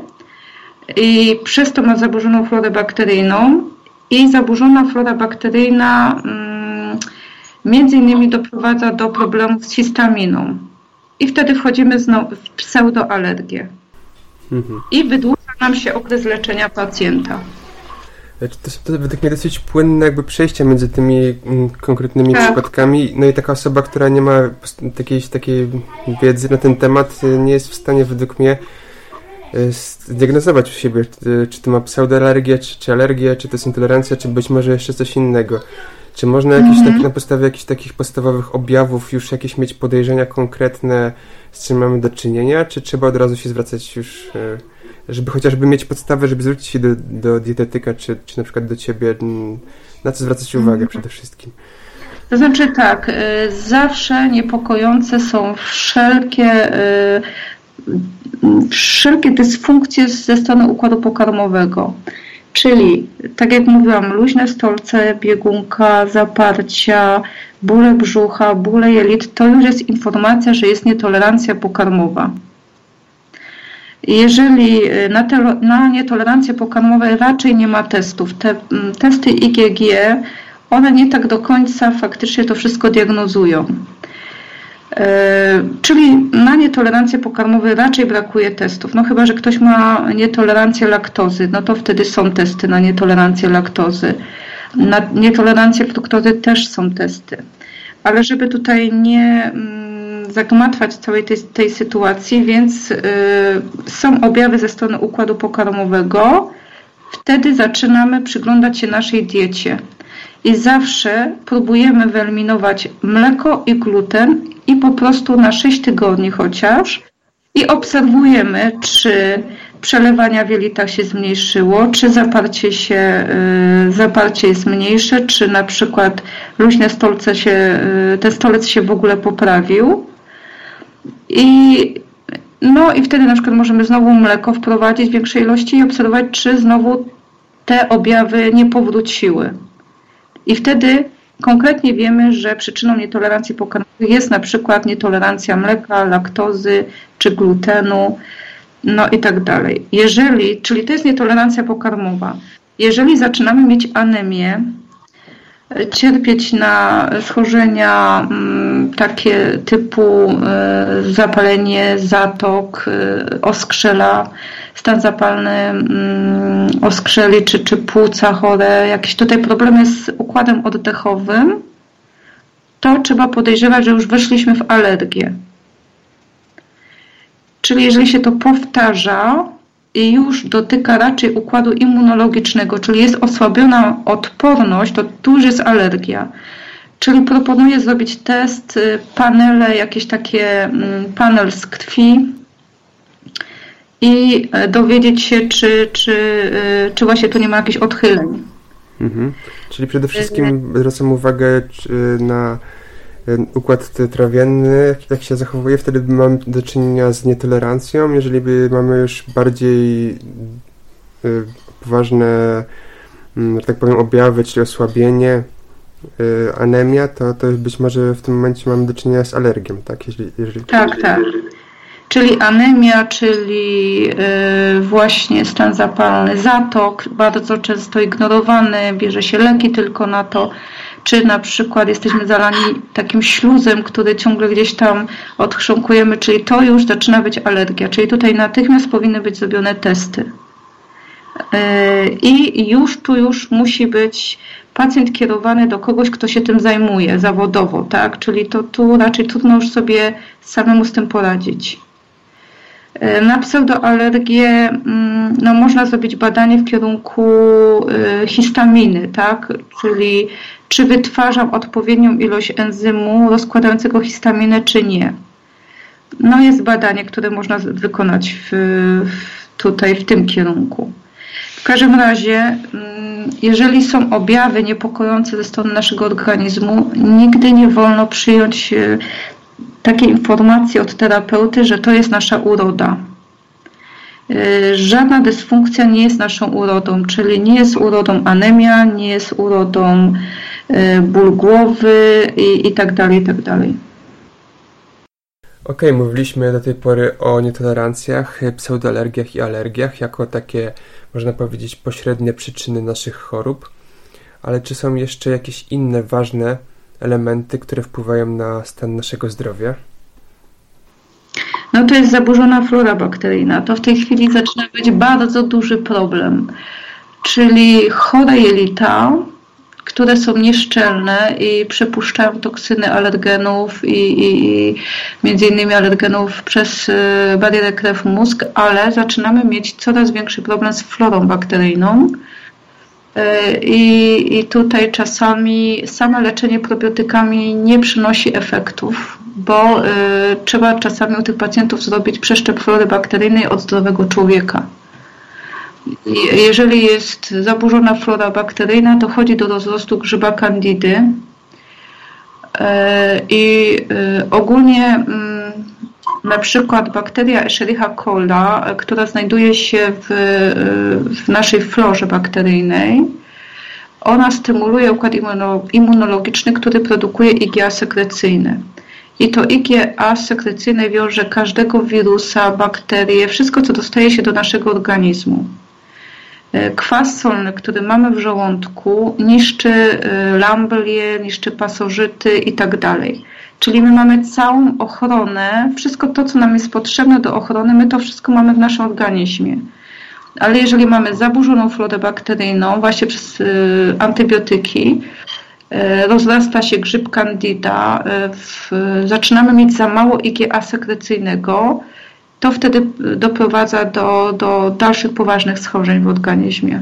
i przez to ma zaburzoną florę bakteryjną i zaburzona flora bakteryjna między innymi doprowadza do problemów z histaminą i wtedy wchodzimy znowu w pseudoalergię mhm. i wydłuża nam się okres leczenia pacjenta. To są według mnie dosyć płynne jakby przejścia między tymi mm, konkretnymi tak. przypadkami. No i taka osoba, która nie ma takiej, takiej wiedzy na ten temat, nie jest w stanie według mnie zdiagnozować u siebie, czy, czy to ma pseudoalergię, czy, czy alergię, czy to jest intolerancja, czy być może jeszcze coś innego. Czy można jakieś mhm. tak, na podstawie jakichś takich podstawowych objawów już jakieś mieć podejrzenia konkretne, z czym mamy do czynienia, czy trzeba od razu się zwracać już... żeby chociażby mieć podstawę, żeby zwrócić się do, do dietetyka, czy, czy na przykład do ciebie, na co zwracać uwagę mm. przede wszystkim? To znaczy tak, zawsze niepokojące są wszelkie, wszelkie dysfunkcje ze strony układu pokarmowego. Czyli, tak jak mówiłam, luźne stolce, biegunka, zaparcia, bóle brzucha, bóle jelit, to już jest informacja, że jest nietolerancja pokarmowa. Jeżeli na, te, na nietolerancje pokarmowe raczej nie ma testów, te testy I G G, one nie tak do końca faktycznie to wszystko diagnozują. Yy, czyli na nietolerancje pokarmowe raczej brakuje testów. No chyba że ktoś ma nietolerancję laktozy, no to wtedy są testy na nietolerancję laktozy. Na nietolerancję fruktozy też są testy. Ale żeby tutaj nie zagmatwać całej tej, tej sytuacji, więc y, są objawy ze strony układu pokarmowego, wtedy zaczynamy przyglądać się naszej diecie. I zawsze próbujemy wyeliminować mleko i gluten i po prostu na sześć tygodni chociaż i obserwujemy, czy przelewania w jelitach się zmniejszyło, czy zaparcie, się, y, zaparcie jest mniejsze, czy na przykład luźne stolce się, y, ten stolec się w ogóle poprawił. I, no i wtedy na przykład możemy znowu mleko wprowadzić w większej ilości i obserwować, czy znowu te objawy nie powróciły. I wtedy konkretnie wiemy, że przyczyną nietolerancji pokarmowej jest na przykład nietolerancja mleka, laktozy czy glutenu, no i tak dalej. Jeżeli, czyli to jest nietolerancja pokarmowa. Jeżeli zaczynamy mieć anemię, cierpieć na schorzenia takie typu zapalenie zatok, oskrzela, stan zapalny oskrzeli czy, czy płuca chore, jakieś tutaj problemy z układem oddechowym, to trzeba podejrzewać, że już weszliśmy w alergię. Czyli jeżeli się to powtarza, i już dotyka raczej układu immunologicznego, czyli jest osłabiona odporność, to tu już jest alergia. Czyli proponuję zrobić test, panele, jakieś takie panel z krwi i dowiedzieć się, czy, czy, czy właśnie tu nie ma jakichś odchyleń. Mhm. Czyli przede wszystkim zwracam uwagę na układ trawienny, jak się zachowuje, wtedy mamy do czynienia z nietolerancją. Jeżeli by mamy już bardziej poważne, że tak powiem, objawy, czyli osłabienie, anemia, to, to być może w tym momencie mamy do czynienia z alergią, tak? Jeżeli, jeżeli... Tak, tak. Czyli anemia, czyli yy, właśnie stan zapalny, zatok, bardzo często ignorowany, bierze się leki tylko na to, czy na przykład jesteśmy zalani takim śluzem, który ciągle gdzieś tam odchrząkujemy, czyli to już zaczyna być alergia, czyli tutaj natychmiast powinny być zrobione testy. Yy, I już tu już musi być pacjent kierowany do kogoś, kto się tym zajmuje zawodowo, tak? Czyli to tu raczej trudno już sobie samemu z tym poradzić. Na pseudoalergię no, można zrobić badanie w kierunku histaminy, tak? Czyli czy wytwarzam odpowiednią ilość enzymu rozkładającego histaminę, czy nie. No jest badanie, które można wykonać w, tutaj w tym kierunku. W każdym razie, jeżeli są objawy niepokojące ze strony naszego organizmu, nigdy nie wolno przyjąć takiej informacji od terapeuty, że to jest nasza uroda. Żadna dysfunkcja nie jest naszą urodą, czyli nie jest urodą anemia, nie jest urodą ból głowy i, i tak dalej, i tak dalej. Okej, okay, mówiliśmy do tej pory o nietolerancjach, pseudoalergiach i alergiach jako takie, można powiedzieć, pośrednie przyczyny naszych chorób, ale czy są jeszcze jakieś inne ważne elementy, które wpływają na stan naszego zdrowia? No to jest zaburzona flora bakteryjna. To w tej chwili zaczyna być bardzo duży problem. Czyli chore jelita, które są nieszczelne i przepuszczają toksyny alergenów i, i, i między innymi alergenów przez barierę krew-mózg, ale zaczynamy mieć coraz większy problem z florą bakteryjną. I, I tutaj czasami same leczenie probiotykami nie przynosi efektów, bo y, trzeba czasami u tych pacjentów zrobić przeszczep flory bakteryjnej od zdrowego człowieka. I, jeżeli jest zaburzona flora bakteryjna, to chodzi do rozrostu grzyba candidy y, i y, ogólnie y, na przykład bakteria Escherichia coli, która znajduje się w, w naszej florze bakteryjnej, ona stymuluje układ immunologiczny, który produkuje I G A sekrecyjne. I to I G A sekrecyjne wiąże każdego wirusa, bakterię, wszystko, co dostaje się do naszego organizmu. Kwas solny, który mamy w żołądku, niszczy lambelie, niszczy pasożyty i tak dalej. Czyli my mamy całą ochronę, wszystko to, co nam jest potrzebne do ochrony, my to wszystko mamy w naszym organizmie. Ale jeżeli mamy zaburzoną florę bakteryjną, właśnie przez y, antybiotyki, y, rozrasta się grzyb candida, y, w, zaczynamy mieć za mało I G A sekrecyjnego, to wtedy doprowadza do, do dalszych poważnych schorzeń w organizmie.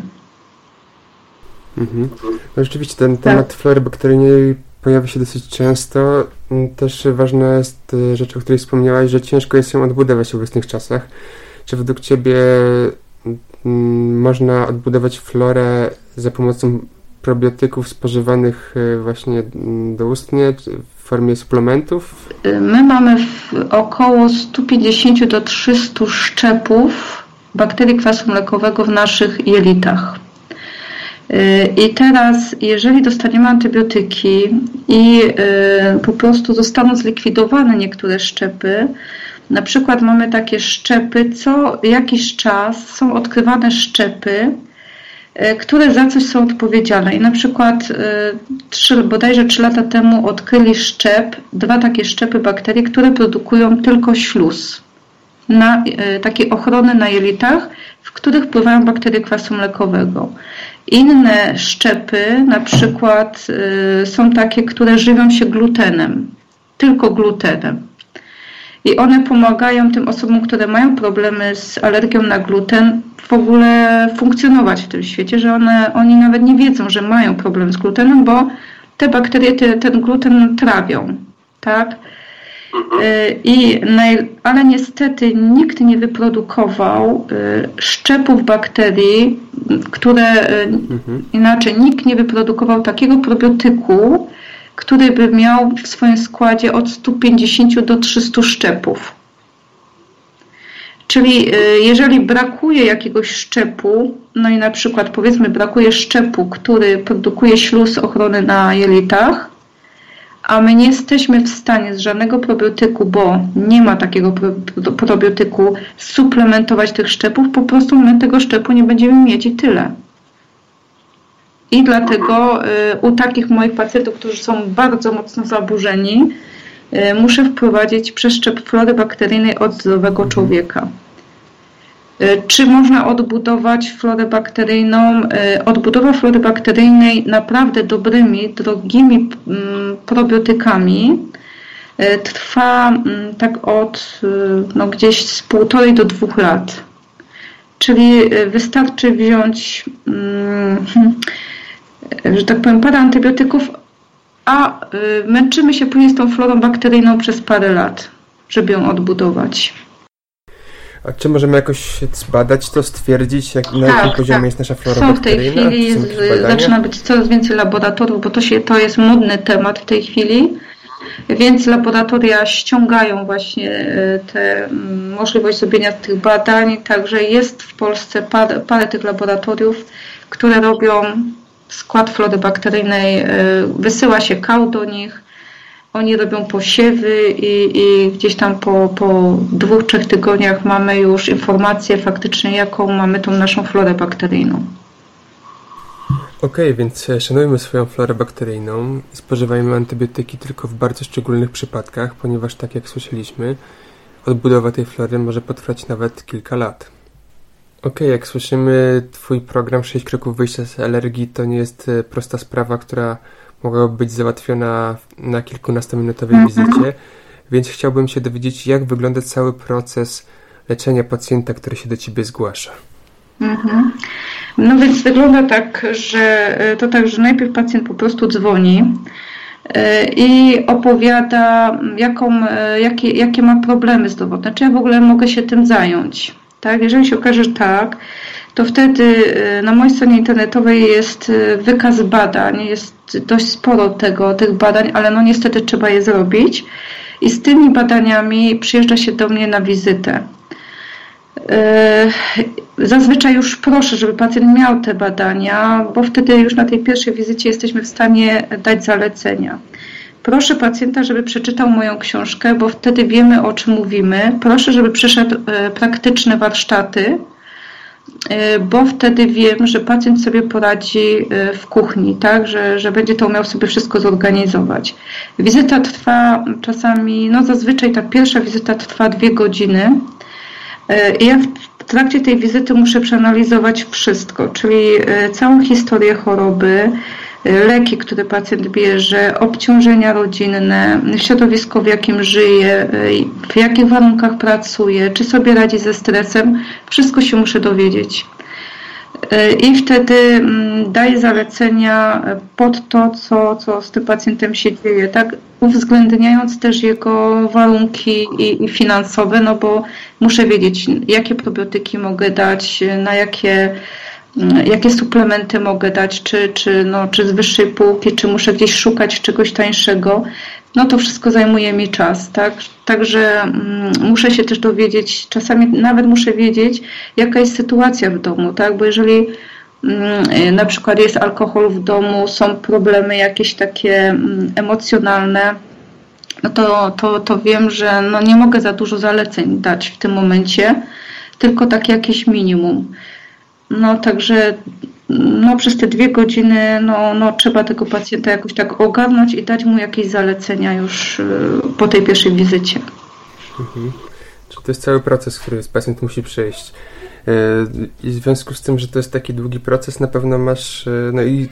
Mhm. No rzeczywiście ten temat tak. flory bakteryjnej pojawia się dosyć często. Też ważna jest rzecz, o której wspomniałaś, że ciężko jest ją odbudować w obecnych czasach. Czy według Ciebie m, można odbudować florę za pomocą probiotyków spożywanych właśnie doustnie w formie suplementów? My mamy około sto pięćdziesiąt do trzystu szczepów bakterii kwasu mlekowego w naszych jelitach. I teraz, jeżeli dostaniemy antybiotyki i po prostu zostaną zlikwidowane niektóre szczepy, na przykład mamy takie szczepy, co jakiś czas są odkrywane szczepy, które za coś są odpowiedzialne. I na przykład trzy, bodajże trzy lata temu odkryli szczep, dwa takie szczepy bakterii, które produkują tylko śluz, na, takie ochrony na jelitach, w których wpływają bakterie kwasu mlekowego. Inne szczepy na przykład y, są takie, które żywią się glutenem, tylko glutenem. I one pomagają tym osobom, które mają problemy z alergią na gluten, w ogóle funkcjonować w tym świecie, że one, oni nawet nie wiedzą, że mają problem z glutenem, bo te bakterie te, ten gluten trawią, tak? I, ale niestety nikt nie wyprodukował szczepów bakterii, które mhm. inaczej nikt nie wyprodukował takiego probiotyku, który by miał w swoim składzie od stu pięćdziesięciu do trzystu szczepów. Czyli jeżeli brakuje jakiegoś szczepu, no i na przykład powiedzmy brakuje szczepu, który produkuje śluz ochrony na jelitach, a my nie jesteśmy w stanie z żadnego probiotyku, bo nie ma takiego probiotyku, suplementować tych szczepów, po prostu my tego szczepu nie będziemy mieć i tyle. I dlatego y, u takich moich pacjentów, którzy są bardzo mocno zaburzeni, y, muszę wprowadzić przeszczep flory bakteryjnej od zdrowego człowieka. Y, czy można odbudować florę bakteryjną? Y, odbudowa flory bakteryjnej naprawdę dobrymi, drogimi y, probiotykami y, trwa y, tak od y, no, gdzieś z półtorej do dwóch lat. Czyli y, wystarczy wziąć y, że tak powiem, parę antybiotyków, a y, męczymy się później z tą florą bakteryjną przez parę lat, żeby ją odbudować. A czy możemy jakoś zbadać to, stwierdzić, jak, na tak, jakim poziomie tak. jest nasza flora Są bakteryjna? W tej chwili jest, zaczyna być coraz więcej laboratoriów, bo to, się, to jest modny temat w tej chwili, więc laboratoria ściągają właśnie te możliwość zrobienia tych badań, także jest w Polsce parę, parę tych laboratoriów, które robią skład flory bakteryjnej, wysyła się kał do nich, oni robią posiewy i, i gdzieś tam po, po dwóch, trzech tygodniach mamy już informację faktycznie, jaką mamy tą naszą florę bakteryjną. Okej, okay, więc szanujmy swoją florę bakteryjną i spożywajmy antybiotyki tylko w bardzo szczególnych przypadkach, ponieważ tak jak słyszeliśmy, odbudowa tej flory może potrwać nawet kilka lat. Okej, okay, jak słyszymy, Twój program sześć kroków wyjścia z alergii to nie jest prosta sprawa, która mogłaby być załatwiona na kilkunastominutowej mm-hmm. wizycie, więc chciałbym się dowiedzieć, jak wygląda cały proces leczenia pacjenta, który się do Ciebie zgłasza. Mm-hmm. No więc wygląda tak, że to tak, że najpierw pacjent po prostu dzwoni i opowiada, jaką, jakie, jakie ma problemy zdrowotne, czy ja w ogóle mogę się tym zająć. Tak? Jeżeli się okaże, że tak, to wtedy na mojej stronie internetowej jest wykaz badań, jest dość sporo tego, tych badań, ale no niestety trzeba je zrobić i z tymi badaniami przyjeżdża się do mnie na wizytę. Zazwyczaj już proszę, żeby pacjent miał te badania, bo wtedy już na tej pierwszej wizycie jesteśmy w stanie dać zalecenia. Proszę pacjenta, żeby przeczytał moją książkę, bo wtedy wiemy, o czym mówimy. Proszę, żeby przeszedł praktyczne warsztaty, bo wtedy wiem, że pacjent sobie poradzi w kuchni, tak, że, że będzie to umiał sobie wszystko zorganizować. Wizyta trwa czasami, no zazwyczaj ta pierwsza wizyta trwa dwie godziny i ja w trakcie tej wizyty muszę przeanalizować wszystko, czyli całą historię choroby, leki, które pacjent bierze, obciążenia rodzinne, środowisko, w jakim żyje, w jakich warunkach pracuje, czy sobie radzi ze stresem. Wszystko się muszę dowiedzieć. I wtedy daję zalecenia pod to, co, co z tym pacjentem się dzieje, tak, uwzględniając też jego warunki i, i finansowe, no bo muszę wiedzieć, jakie probiotyki mogę dać, na jakie jakie suplementy mogę dać, czy, czy, no, czy z wyższej półki, czy muszę gdzieś szukać czegoś tańszego, no to wszystko zajmuje mi czas, tak? Także mm, muszę się też dowiedzieć, czasami nawet muszę wiedzieć, jaka jest sytuacja w domu, tak? Bo jeżeli mm, na przykład jest alkohol w domu, są problemy jakieś takie mm, emocjonalne, no to, to, to wiem, że no, nie mogę za dużo zaleceń dać w tym momencie, tylko takie jakieś minimum. No także no, przez te dwie godziny no, no, trzeba tego pacjenta jakoś tak ogarnąć i dać mu jakieś zalecenia już po tej pierwszej wizycie. Mhm. Czyli to jest cały proces, który pacjent musi przejść. I w związku z tym, że to jest taki długi proces, na pewno masz, no i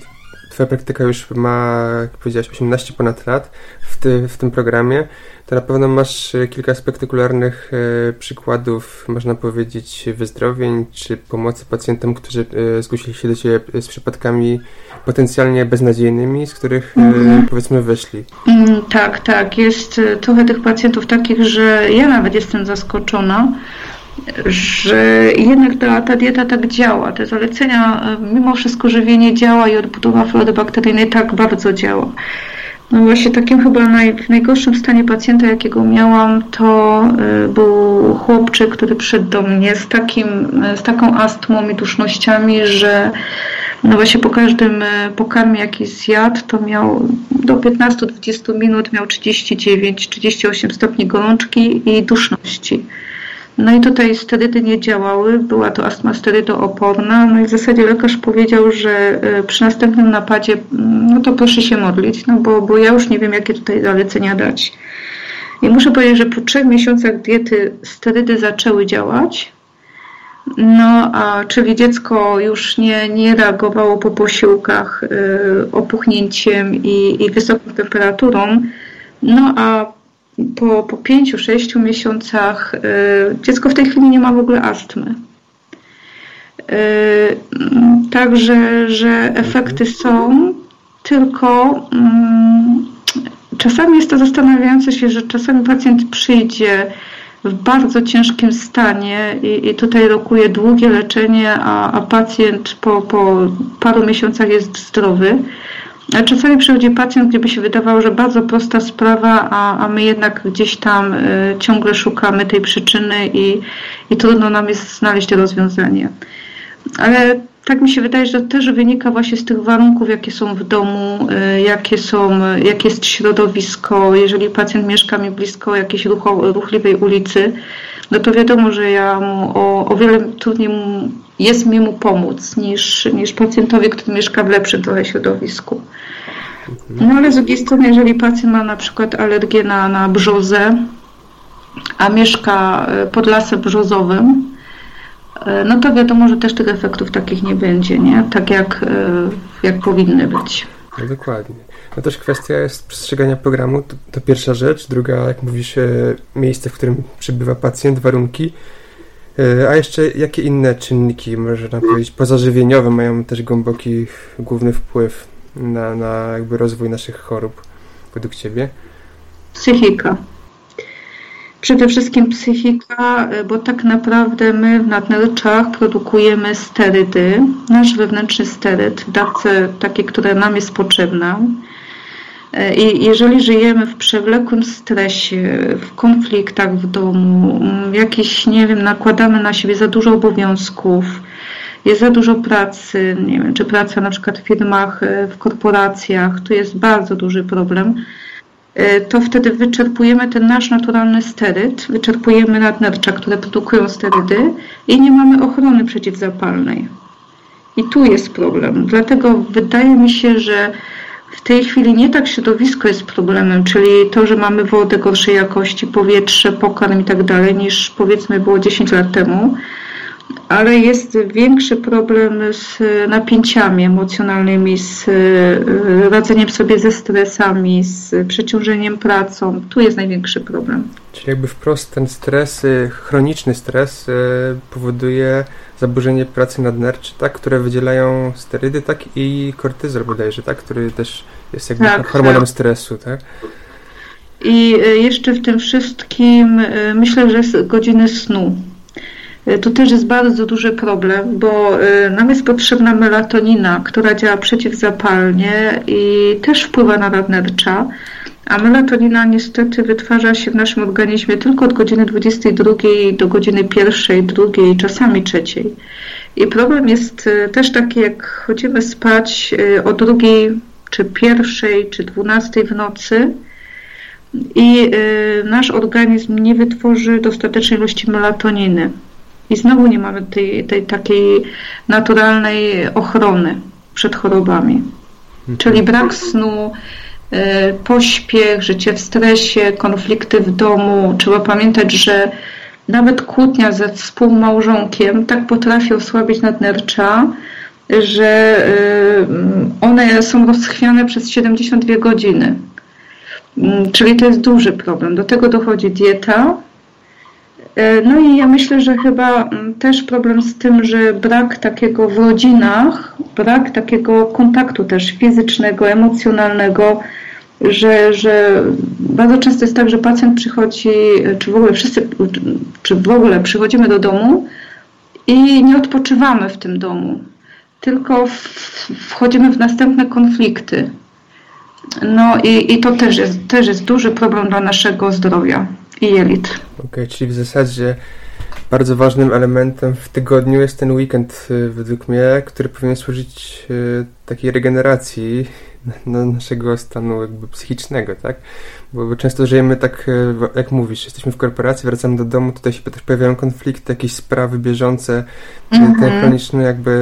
twoja praktyka już ma, jak powiedziałaś, osiemnaście ponad lat w, ty, w tym programie, to na pewno masz kilka spektakularnych e, przykładów, można powiedzieć, wyzdrowień czy pomocy pacjentom, którzy e, zgłosili się do ciebie z przypadkami potencjalnie beznadziejnymi, z których e, mm. powiedzmy wyszli. Mm, tak, tak. Jest trochę tych pacjentów takich, że ja nawet jestem zaskoczona, że jednak ta, ta dieta tak działa. Te zalecenia, mimo wszystko żywienie działa i odbudowa flory bakteryjnej tak bardzo działa. No właśnie takim chyba naj, w najgorszym stanie pacjenta, jakiego miałam, to y, był chłopczyk, który przyszedł do mnie z, takim, z taką astmą i dusznościami, że no właśnie po każdym pokarmie, jaki zjadł, to miał do piętnastu do dwudziestu minut miał trzydzieści dziewięć trzydzieści osiem stopni gorączki i duszności. No i tutaj sterydy nie działały, była to astma sterydooporna, no i w zasadzie lekarz powiedział, że przy następnym napadzie, no to proszę się modlić, no bo, bo ja już nie wiem, jakie tutaj zalecenia dać. I muszę powiedzieć, że po trzech miesiącach diety sterydy zaczęły działać, no a czyli dziecko już nie, nie reagowało po posiłkach y, opuchnięciem i, i wysoką temperaturą, no a Po, po pięciu, sześciu miesiącach y, dziecko w tej chwili nie ma w ogóle astmy. Y, także, że efekty są, tylko y, czasami jest to zastanawiające się, że czasami pacjent przyjdzie w bardzo ciężkim stanie i, i tutaj rokuje długie leczenie, a, a pacjent po, po paru miesiącach jest zdrowy. A czasami przychodzi pacjent, gdzie by się wydawało, że bardzo prosta sprawa, a, a my jednak gdzieś tam y, ciągle szukamy tej przyczyny i, i trudno nam jest znaleźć rozwiązanie. Ale tak mi się wydaje, że to też wynika właśnie z tych warunków, jakie są w domu, y, jakie są, jakie jest środowisko. Jeżeli pacjent mieszka mi blisko jakiejś rucho, ruchliwej ulicy, no to wiadomo, że ja mu o, o wiele trudniej mu, jest mi mu pomóc niż, niż pacjentowi, który mieszka w lepszym trochę środowisku. No ale z drugiej strony, jeżeli pacjent ma na przykład alergię na, na brzozę, a mieszka pod lasem brzozowym, no to wiadomo, że też tych efektów takich nie będzie, nie? Tak jak, jak powinny być. No dokładnie. No też kwestia jest przestrzegania programu, to, to pierwsza rzecz. Druga, jak mówisz, miejsce, w którym przybywa pacjent, warunki. A jeszcze jakie inne czynniki, można powiedzieć, pozażywieniowe mają też głęboki, główny wpływ na, na jakby rozwój naszych chorób według Ciebie? Psychika. Przede wszystkim psychika, bo tak naprawdę my w nadnerczach produkujemy sterydy, nasz wewnętrzny steryd w dawce takiej, która nam jest potrzebna. I jeżeli żyjemy w przewlekłym stresie, w konfliktach w domu, jakiś, nie wiem, nakładamy na siebie za dużo obowiązków, jest za dużo pracy, nie wiem, czy praca na przykład w firmach, w korporacjach, tu jest bardzo duży problem, to wtedy wyczerpujemy ten nasz naturalny steryd, wyczerpujemy nadnercza, które produkują sterydy i nie mamy ochrony przeciwzapalnej. I tu jest problem. Dlatego wydaje mi się, że w tej chwili nie tak środowisko jest problemem, czyli to, że mamy wodę gorszej jakości, powietrze, pokarm i tak dalej, niż powiedzmy było dziesięć lat temu, ale jest większy problem z napięciami emocjonalnymi, z radzeniem sobie ze stresami, z przeciążeniem pracą. Tu jest największy problem. Czyli jakby wprost ten stres, chroniczny stres powoduje zaburzenie pracy nadnerczy, tak, które wydzielają sterydy, tak, i kortyzol bodajże, tak, który też jest jakby tak, hormonem tak. stresu, tak? I jeszcze w tym wszystkim myślę, że jest godziny snu. Tu też jest bardzo duży problem, bo nam jest potrzebna melatonina, która działa przeciwzapalnie i też wpływa na nadnercza, a melatonina niestety wytwarza się w naszym organizmie tylko od godziny dwudziestej drugiej do godziny pierwszej, drugiej, czasami trzeciej. I problem jest też taki, jak chodzimy spać o drugiej, czy pierwszej, czy dwunastej w nocy i nasz organizm nie wytworzy dostatecznej ilości melatoniny. I znowu nie mamy tej, tej takiej naturalnej ochrony przed chorobami. Mhm. Czyli brak snu, pośpiech, życie w stresie, konflikty w domu. Trzeba pamiętać, że nawet kłótnia ze współmałżonkiem tak potrafi osłabić nadnercza, że one są rozchwiane przez siedemdziesiąt dwie godziny. Czyli to jest duży problem. Do tego dochodzi dieta. No i ja myślę, że chyba też problem z tym, że brak takiego w rodzinach, brak takiego kontaktu też fizycznego, emocjonalnego, że, że bardzo często jest tak, że pacjent przychodzi, czy w ogóle wszyscy, czy w ogóle przychodzimy do domu i nie odpoczywamy w tym domu, tylko wchodzimy w następne konflikty. No i, i to też jest, też jest duży problem dla naszego zdrowia i jelit. Okej, okay, czyli w zasadzie bardzo ważnym elementem w tygodniu jest ten weekend według mnie, który powinien służyć takiej regeneracji no, naszego stanu jakby psychicznego, tak? Bo, bo często żyjemy tak, jak mówisz, jesteśmy w korporacji, wracamy do domu, tutaj się też pojawiają konflikty, jakieś sprawy bieżące, mm-hmm. ten chroniczny jakby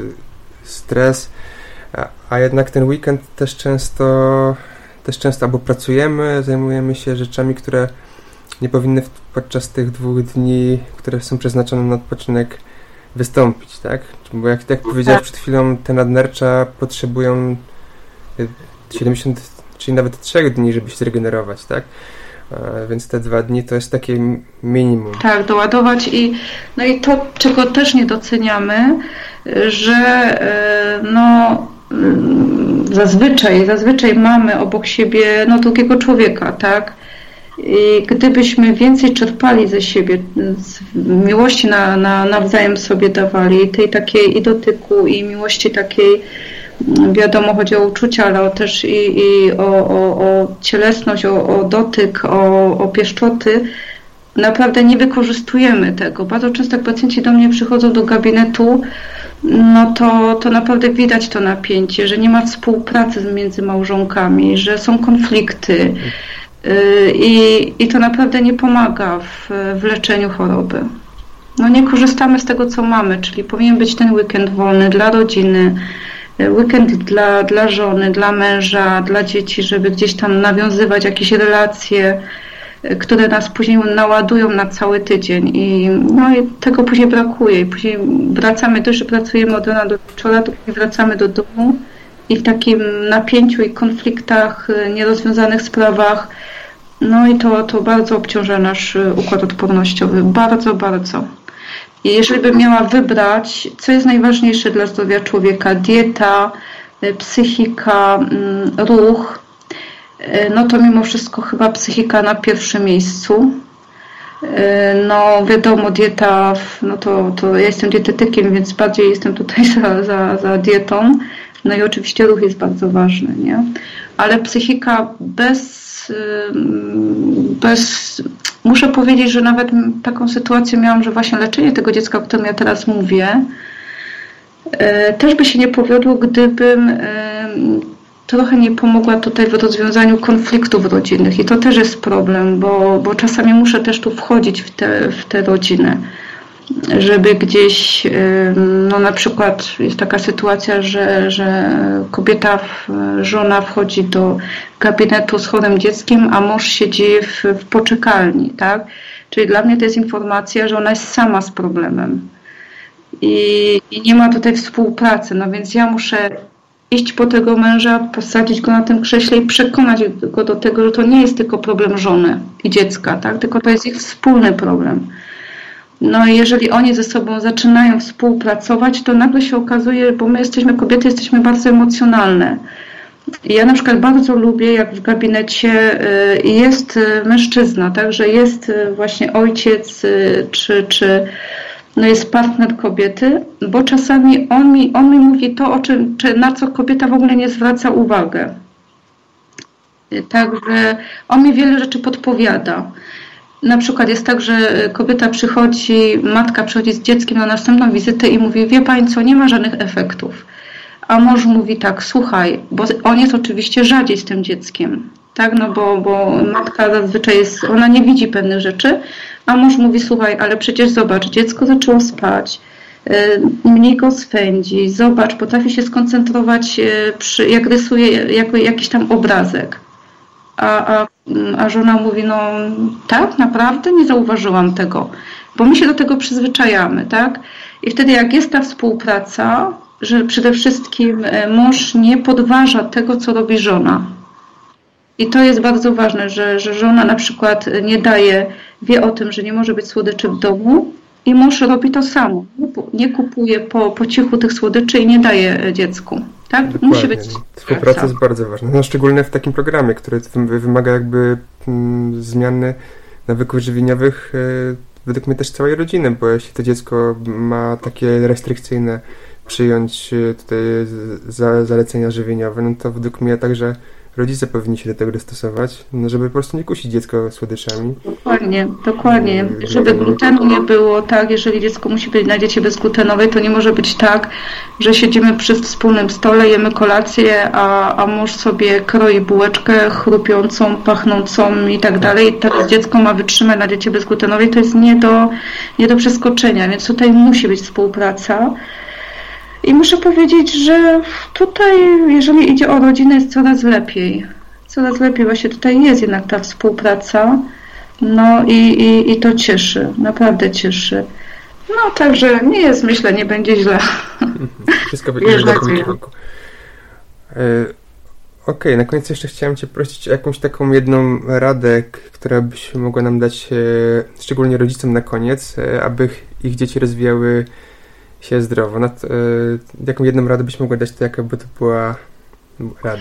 stres, a, a jednak ten weekend też często też często albo pracujemy, zajmujemy się rzeczami, które nie powinny podczas tych dwóch dni, które są przeznaczone na odpoczynek, wystąpić, tak? Bo jak, jak powiedziałeś przed chwilą, te nadnercza potrzebują siedemdziesiąt, czyli nawet trzech dni, żeby się zregenerować, tak? Więc te dwa dni to jest takie minimum. Tak, doładować i no i to, czego też nie doceniamy, że no zazwyczaj, zazwyczaj mamy obok siebie no drugiego człowieka, tak? I gdybyśmy więcej czerpali ze siebie, z miłości na, na, nawzajem sobie dawali, tej takiej i dotyku, i miłości takiej, wiadomo, chodzi o uczucia, ale też i, i o, o, o cielesność, o, o dotyk, o, o pieszczoty, naprawdę nie wykorzystujemy tego. Bardzo często jak pacjenci do mnie przychodzą do gabinetu, no to, to naprawdę widać to napięcie, że nie ma współpracy między małżonkami, że są konflikty. I, I to naprawdę nie pomaga w, w leczeniu choroby. No nie korzystamy z tego, co mamy, czyli powinien być ten weekend wolny dla rodziny, weekend dla, dla żony, dla męża, dla dzieci, żeby gdzieś tam nawiązywać jakieś relacje, które nas później naładują na cały tydzień. I, no i tego później brakuje. I później wracamy, dość, że pracujemy od rana do wieczora, to później wracamy do domu i w takim napięciu i konfliktach, nierozwiązanych sprawach, no i to, to bardzo obciąża nasz układ odpornościowy. Bardzo, bardzo. I jeżeli bym miała wybrać, co jest najważniejsze dla zdrowia człowieka, dieta, psychika, ruch, no to mimo wszystko chyba psychika na pierwszym miejscu. No wiadomo, dieta, no to, to ja jestem dietetykiem, więc bardziej jestem tutaj za, za, za dietą. No i oczywiście ruch jest bardzo ważny, nie? Ale psychika bez, bez... Muszę powiedzieć, że nawet taką sytuację miałam, że właśnie leczenie tego dziecka, o którym ja teraz mówię, też by się nie powiodło, gdybym trochę nie pomogła tutaj w rozwiązaniu konfliktów rodzinnych. I to też jest problem, bo, bo czasami muszę też tu wchodzić w te, w te rodziny, żeby gdzieś, no na przykład jest taka sytuacja, że, że kobieta, żona wchodzi do gabinetu z chorym dzieckiem, a mąż siedzi w, w poczekalni, tak? Czyli dla mnie to jest informacja, że ona jest sama z problemem i, i nie ma tutaj współpracy, no więc ja muszę iść po tego męża, posadzić go na tym krześle i przekonać go do tego, że to nie jest tylko problem żony i dziecka, tak? Tylko to jest ich wspólny problem. No i jeżeli oni ze sobą zaczynają współpracować, to nagle się okazuje, bo my jesteśmy kobiety, jesteśmy bardzo emocjonalne. I ja na przykład bardzo lubię, jak w gabinecie jest mężczyzna, tak, że jest właśnie ojciec czy, czy no jest partner kobiety, bo czasami on mi, on mi mówi to, o czym, czy na co kobieta w ogóle nie zwraca uwagę. Także on mi wiele rzeczy podpowiada. Na przykład jest tak, że kobieta przychodzi, matka przychodzi z dzieckiem na następną wizytę i mówi, wie pani co, nie ma żadnych efektów. A mąż mówi tak, słuchaj, bo on jest oczywiście rzadziej z tym dzieckiem, tak, no bo, bo matka zazwyczaj jest, ona nie widzi pewnych rzeczy, a mąż mówi, słuchaj, ale przecież zobacz, dziecko zaczęło spać, mniej go swędzi, zobacz, potrafi się skoncentrować, przy, jak rysuje jako jakiś tam obrazek. A, a, a żona mówi, no tak, naprawdę nie zauważyłam tego, bo my się do tego przyzwyczajamy, tak? I wtedy jak jest ta współpraca, że przede wszystkim mąż nie podważa tego, co robi żona. I to jest bardzo ważne, że, że żona na przykład nie daje, wie o tym, że nie może być słodyczy w domu i mąż robi to samo. Nie kupuje po, po cichu tych słodyczy i nie daje dziecku. Tak? Dokładnie. Musi być współpraca jest bardzo ważna. No, szczególnie w takim programie, który wymaga jakby mm, zmiany nawyków żywieniowych yy, według mnie też całej rodziny, bo jeśli to dziecko ma takie restrykcyjne przyjąć tutaj za, zalecenia żywieniowe, no to według mnie także rodzice powinni się do tego dostosować, no żeby po prostu nie kusić dziecko słodyczami. Dokładnie, dokładnie. Żeby glutenu nie było, tak, jeżeli dziecko musi być na diecie bezglutenowej, to nie może być tak, że siedzimy przy wspólnym stole, jemy kolację, a, a mąż sobie kroi bułeczkę chrupiącą, pachnącą i tak dalej. Teraz dziecko ma wytrzymać na diecie bezglutenowej, to jest nie do, nie do przeskoczenia, więc tutaj musi być współpraca. I muszę powiedzieć, że tutaj, jeżeli idzie o rodzinę, jest coraz lepiej. Coraz lepiej właśnie tutaj jest jednak ta współpraca. No i, i, i to cieszy, naprawdę cieszy. No także nie jest, myślę, nie będzie źle. Wszystko będzie w dobrym kierunku. Okej, okay, na koniec jeszcze chciałem Cię prosić o jakąś taką jedną radę, która byś mogła nam dać, szczególnie rodzicom na koniec, aby ich dzieci rozwijały się zdrowo. No to, y, jaką jedną radę byś mogła dać, to jaka by to była rada?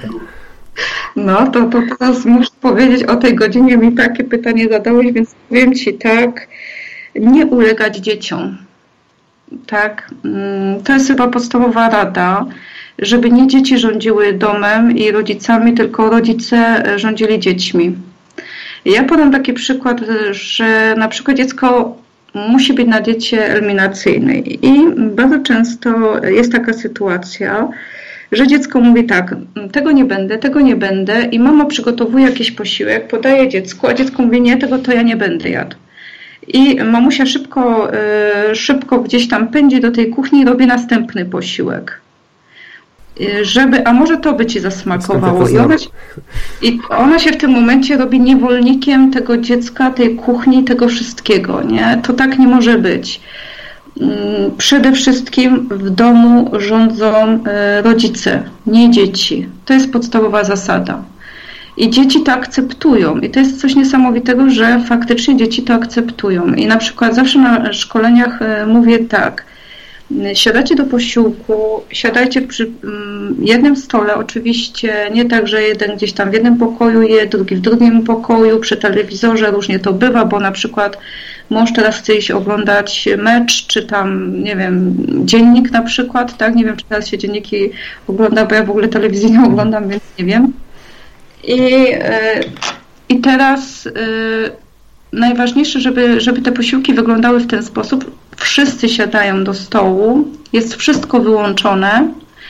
No to, to teraz muszę powiedzieć, o tej godzinie mi takie pytanie zadałeś, więc powiem Ci tak, nie ulegać dzieciom. Tak, to jest chyba podstawowa rada, żeby nie dzieci rządziły domem i rodzicami, tylko rodzice rządzili dziećmi. Ja podam taki przykład, że na przykład dziecko musi być na diecie eliminacyjnej i bardzo często jest taka sytuacja, że dziecko mówi tak, tego nie będę, tego nie będę i mama przygotowuje jakiś posiłek, podaje dziecku, a dziecko mówi nie, tego to ja nie będę jadł. I mamusia szybko, szybko gdzieś tam pędzi do tej kuchni i robi następny posiłek. Żeby, a może to by Ci zasmakowało. I ona, się, I ona się w tym momencie robi niewolnikiem tego dziecka, tej kuchni, tego wszystkiego. Nie? To tak nie może być. Przede wszystkim w domu rządzą rodzice, nie dzieci. To jest podstawowa zasada. I dzieci to akceptują. I to jest coś niesamowitego, że faktycznie dzieci to akceptują. I na przykład zawsze na szkoleniach mówię tak, siadacie do posiłku, siadajcie przy jednym stole, oczywiście nie tak, że jeden gdzieś tam w jednym pokoju je, drugi w drugim pokoju, przy telewizorze, różnie to bywa, bo na przykład mąż teraz chce iść oglądać mecz, czy tam, nie wiem, dziennik na przykład, tak, nie wiem, czy teraz się dzienniki ogląda, bo ja w ogóle telewizji nie oglądam, więc nie wiem. I, i teraz najważniejsze, żeby, żeby te posiłki wyglądały w ten sposób. Wszyscy siadają do stołu, jest wszystko wyłączone,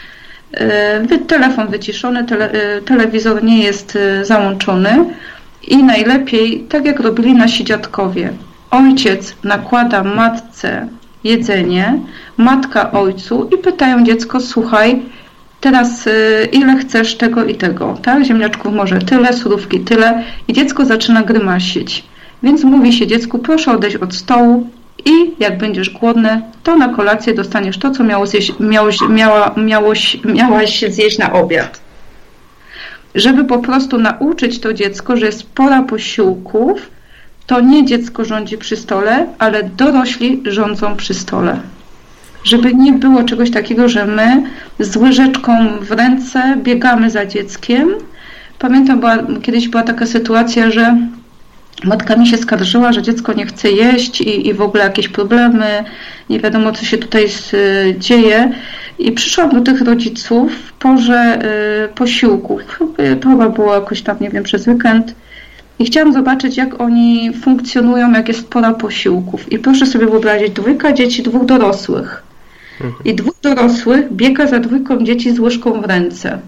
telefon wyciszony, tele, telewizor nie jest załączony i najlepiej, tak jak robili nasi dziadkowie, ojciec nakłada matce jedzenie, matka ojcu i pytają dziecko, słuchaj, teraz ile chcesz tego i tego, tak? Ziemniaczków może tyle, surówki tyle i dziecko zaczyna grymasić. Więc mówi się dziecku, proszę odejść od stołu i jak będziesz głodny, to na kolację dostaniesz to, co miało zjeść, miałeś, miała, miałoś, miałaś zjeść na obiad. Żeby po prostu nauczyć to dziecko, że jest pora posiłków, to nie dziecko rządzi przy stole, ale dorośli rządzą przy stole. Żeby nie było czegoś takiego, że my z łyżeczką w ręce biegamy za dzieckiem. Pamiętam, była, kiedyś była taka sytuacja, że matka mi się skarżyła, że dziecko nie chce jeść i, i w ogóle jakieś problemy, nie wiadomo co się tutaj dzieje. I przyszłam do tych rodziców w porze y, posiłków. To chyba było jakoś tam, nie wiem, przez weekend. I chciałam zobaczyć, jak oni funkcjonują, jak jest pora posiłków. I proszę sobie wyobrazić, dwójka dzieci, dwóch dorosłych. Mhm. I dwóch dorosłych biega za dwójką dzieci z łyżką w ręce.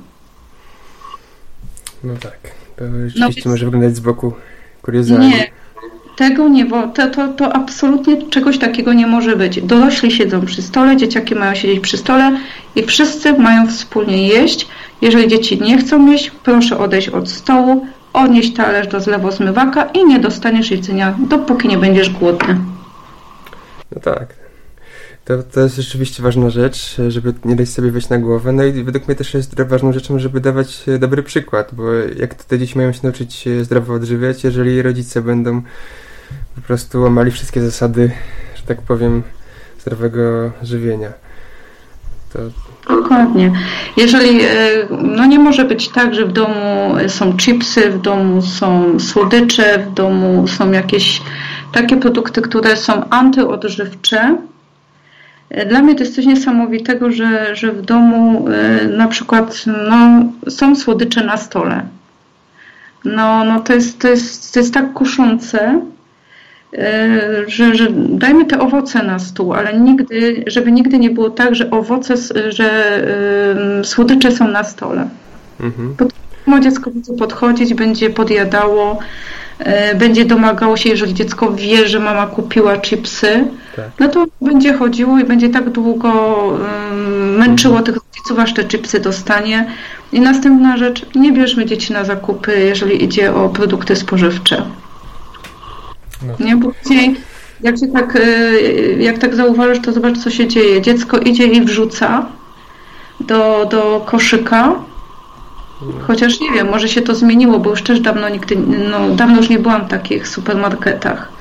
No tak, to rzeczywiście no, może wyglądać z boku kuriozalnie. Nie, tego nie, bo to, to, to absolutnie czegoś takiego nie może być. Dorośli siedzą przy stole, dzieciaki mają siedzieć przy stole i wszyscy mają wspólnie jeść. Jeżeli dzieci nie chcą jeść, proszę odejść od stołu, odnieść talerz do zlewozmywaka i nie dostaniesz jedzenia, dopóki nie będziesz głodny. No tak. To, to jest rzeczywiście ważna rzecz, żeby nie dać sobie wejść na głowę. No i według mnie też jest ważną rzeczą, żeby dawać dobry przykład, bo jak te dzieci mają się nauczyć zdrowo odżywiać, jeżeli rodzice będą po prostu łamali wszystkie zasady, że tak powiem, zdrowego żywienia. To... Dokładnie. Jeżeli, no nie może być tak, że w domu są chipsy, w domu są słodycze, w domu są jakieś takie produkty, które są antyodżywcze. Dla mnie to jest coś niesamowitego, że, że w domu na przykład no, są słodycze na stole. No, no to, jest, to, jest, to jest tak kuszące, że, że dajmy te owoce na stół, ale nigdy, żeby nigdy nie było tak, że owoce, że y, słodycze są na stole. Mhm. Bo dziecko będzie podchodzić, będzie podjadało, y, będzie domagało się, jeżeli dziecko wie, że mama kupiła chipsy, tak. No to będzie chodziło i będzie tak długo y, męczyło mhm. tych rodziców, aż te chipsy dostanie. I następna rzecz, nie bierzmy dzieci na zakupy, jeżeli idzie o produkty spożywcze. No. Nie, bo później, jak się tak, jak tak zauważysz, to zobacz, co się dzieje. Dziecko idzie i wrzuca do, do koszyka, chociaż nie wiem, może się to zmieniło, bo już też dawno nigdy, no dawno już nie byłam w takich supermarketach.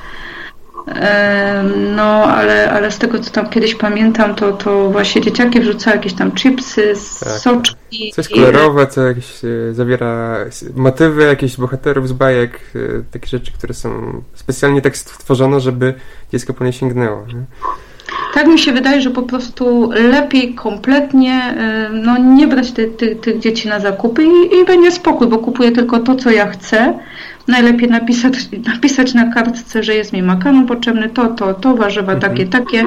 No, ale, ale z tego, co tam kiedyś pamiętam, to, to właśnie dzieciaki wrzucały jakieś tam chipsy, tak. soczki. Coś kolorowe, co jakieś e, zawiera motywy jakichś bohaterów z bajek, e, takie rzeczy, które są specjalnie tak stworzone, żeby dziecko po nie sięgnęło. Nie? Tak mi się wydaje, że po prostu lepiej kompletnie no, nie brać ty, ty, tych dzieci na zakupy i, i będzie spokój, bo kupuję tylko to, co ja chcę. Najlepiej napisać, napisać na kartce, że jest mi makaron potrzebny, to, to, to, warzywa mhm. takie, takie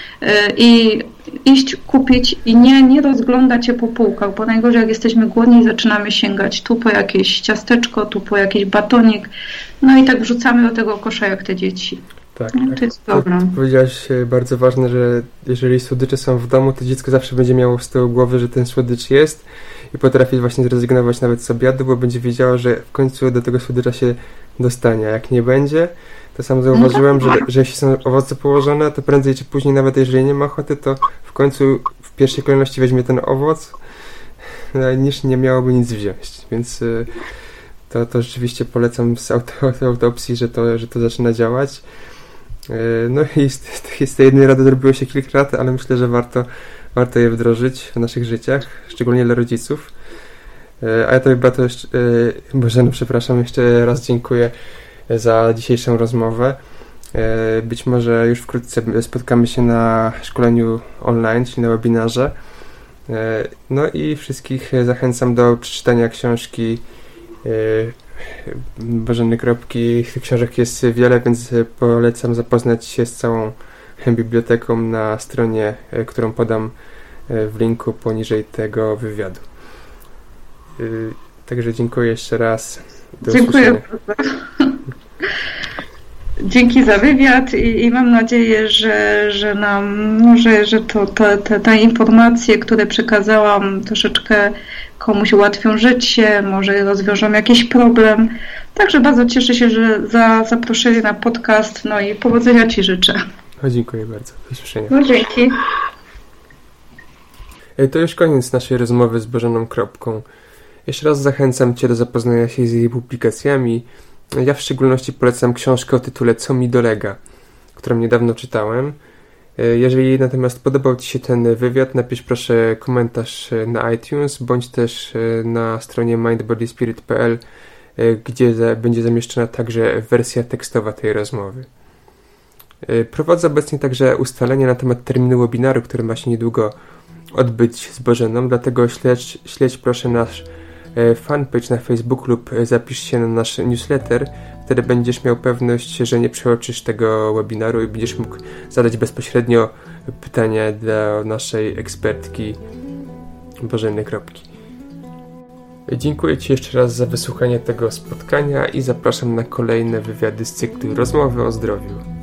i iść kupić i nie, nie rozglądać się po półkach, bo najgorzej jak jesteśmy głodni, zaczynamy sięgać tu po jakieś ciasteczko, tu po jakiś batonik, no i tak wrzucamy do tego kosza jak te dzieci. Tak, no, tak. To jest problem. Powiedziałaś bardzo ważne, że jeżeli słodycze są w domu, to dziecko zawsze będzie miało z tyłu głowy, że ten słodycz jest i potrafi właśnie zrezygnować nawet z obiadu, bo będzie wiedziało, że w końcu do tego słodycza się dostanie. A jak nie będzie, to sam zauważyłem, że, że jeśli są owoce położone, to prędzej czy później, nawet jeżeli nie ma ochoty, to w końcu w pierwszej kolejności weźmie ten owoc, niż nie miałoby nic wziąć. Więc to, to rzeczywiście polecam z auto, autopsji, że to, że to zaczyna działać. No i z, z tej jednej rady zrobiło się kilka lat, ale myślę, że warto, warto je wdrożyć w naszych życiach, szczególnie dla rodziców. A ja Tobie, Beato, jeszcze, Bożeno, przepraszam, jeszcze raz dziękuję za dzisiejszą rozmowę. Być może już wkrótce spotkamy się na szkoleniu online, czyli na webinarze. No i wszystkich zachęcam do przeczytania książki Bożeny Kropki. Tych książek jest wiele, więc polecam zapoznać się z całą biblioteką na stronie, którą podam w linku poniżej tego wywiadu. Także dziękuję jeszcze raz. Do dziękuję. Dzięki za wywiad i, i mam nadzieję, że, że nam, no, że, że to, to, te, te informacje, które przekazałam, troszeczkę komuś ułatwią życie, może rozwiążą jakiś problem. Także bardzo cieszę się, że za zaproszenie na podcast, no i powodzenia Ci życzę. No, dziękuję bardzo. Do usłyszenia. No dzięki. To już koniec naszej rozmowy z Bożeną Kropką. Jeszcze raz zachęcam Cię do zapoznania się z jej publikacjami. Ja w szczególności polecam książkę o tytule Co mi dolega, którą niedawno czytałem. Jeżeli natomiast podobał Ci się ten wywiad, napisz proszę komentarz na iTunes, bądź też na stronie mind body spirit kropka p l, gdzie za, będzie zamieszczona także wersja tekstowa tej rozmowy. Prowadzę obecnie także ustalenia na temat terminu webinaru, który ma się niedługo odbyć z Bożeną, dlatego śledź, śledź proszę nasz fanpage na Facebooku lub zapisz się na nasz newsletter. Wtedy będziesz miał pewność, że nie przeoczysz tego webinaru i będziesz mógł zadać bezpośrednio pytania dla naszej ekspertki Bożeny Kropki. Dziękuję Ci jeszcze raz za wysłuchanie tego spotkania i zapraszam na kolejne wywiady z cyklu Rozmowy o zdrowiu.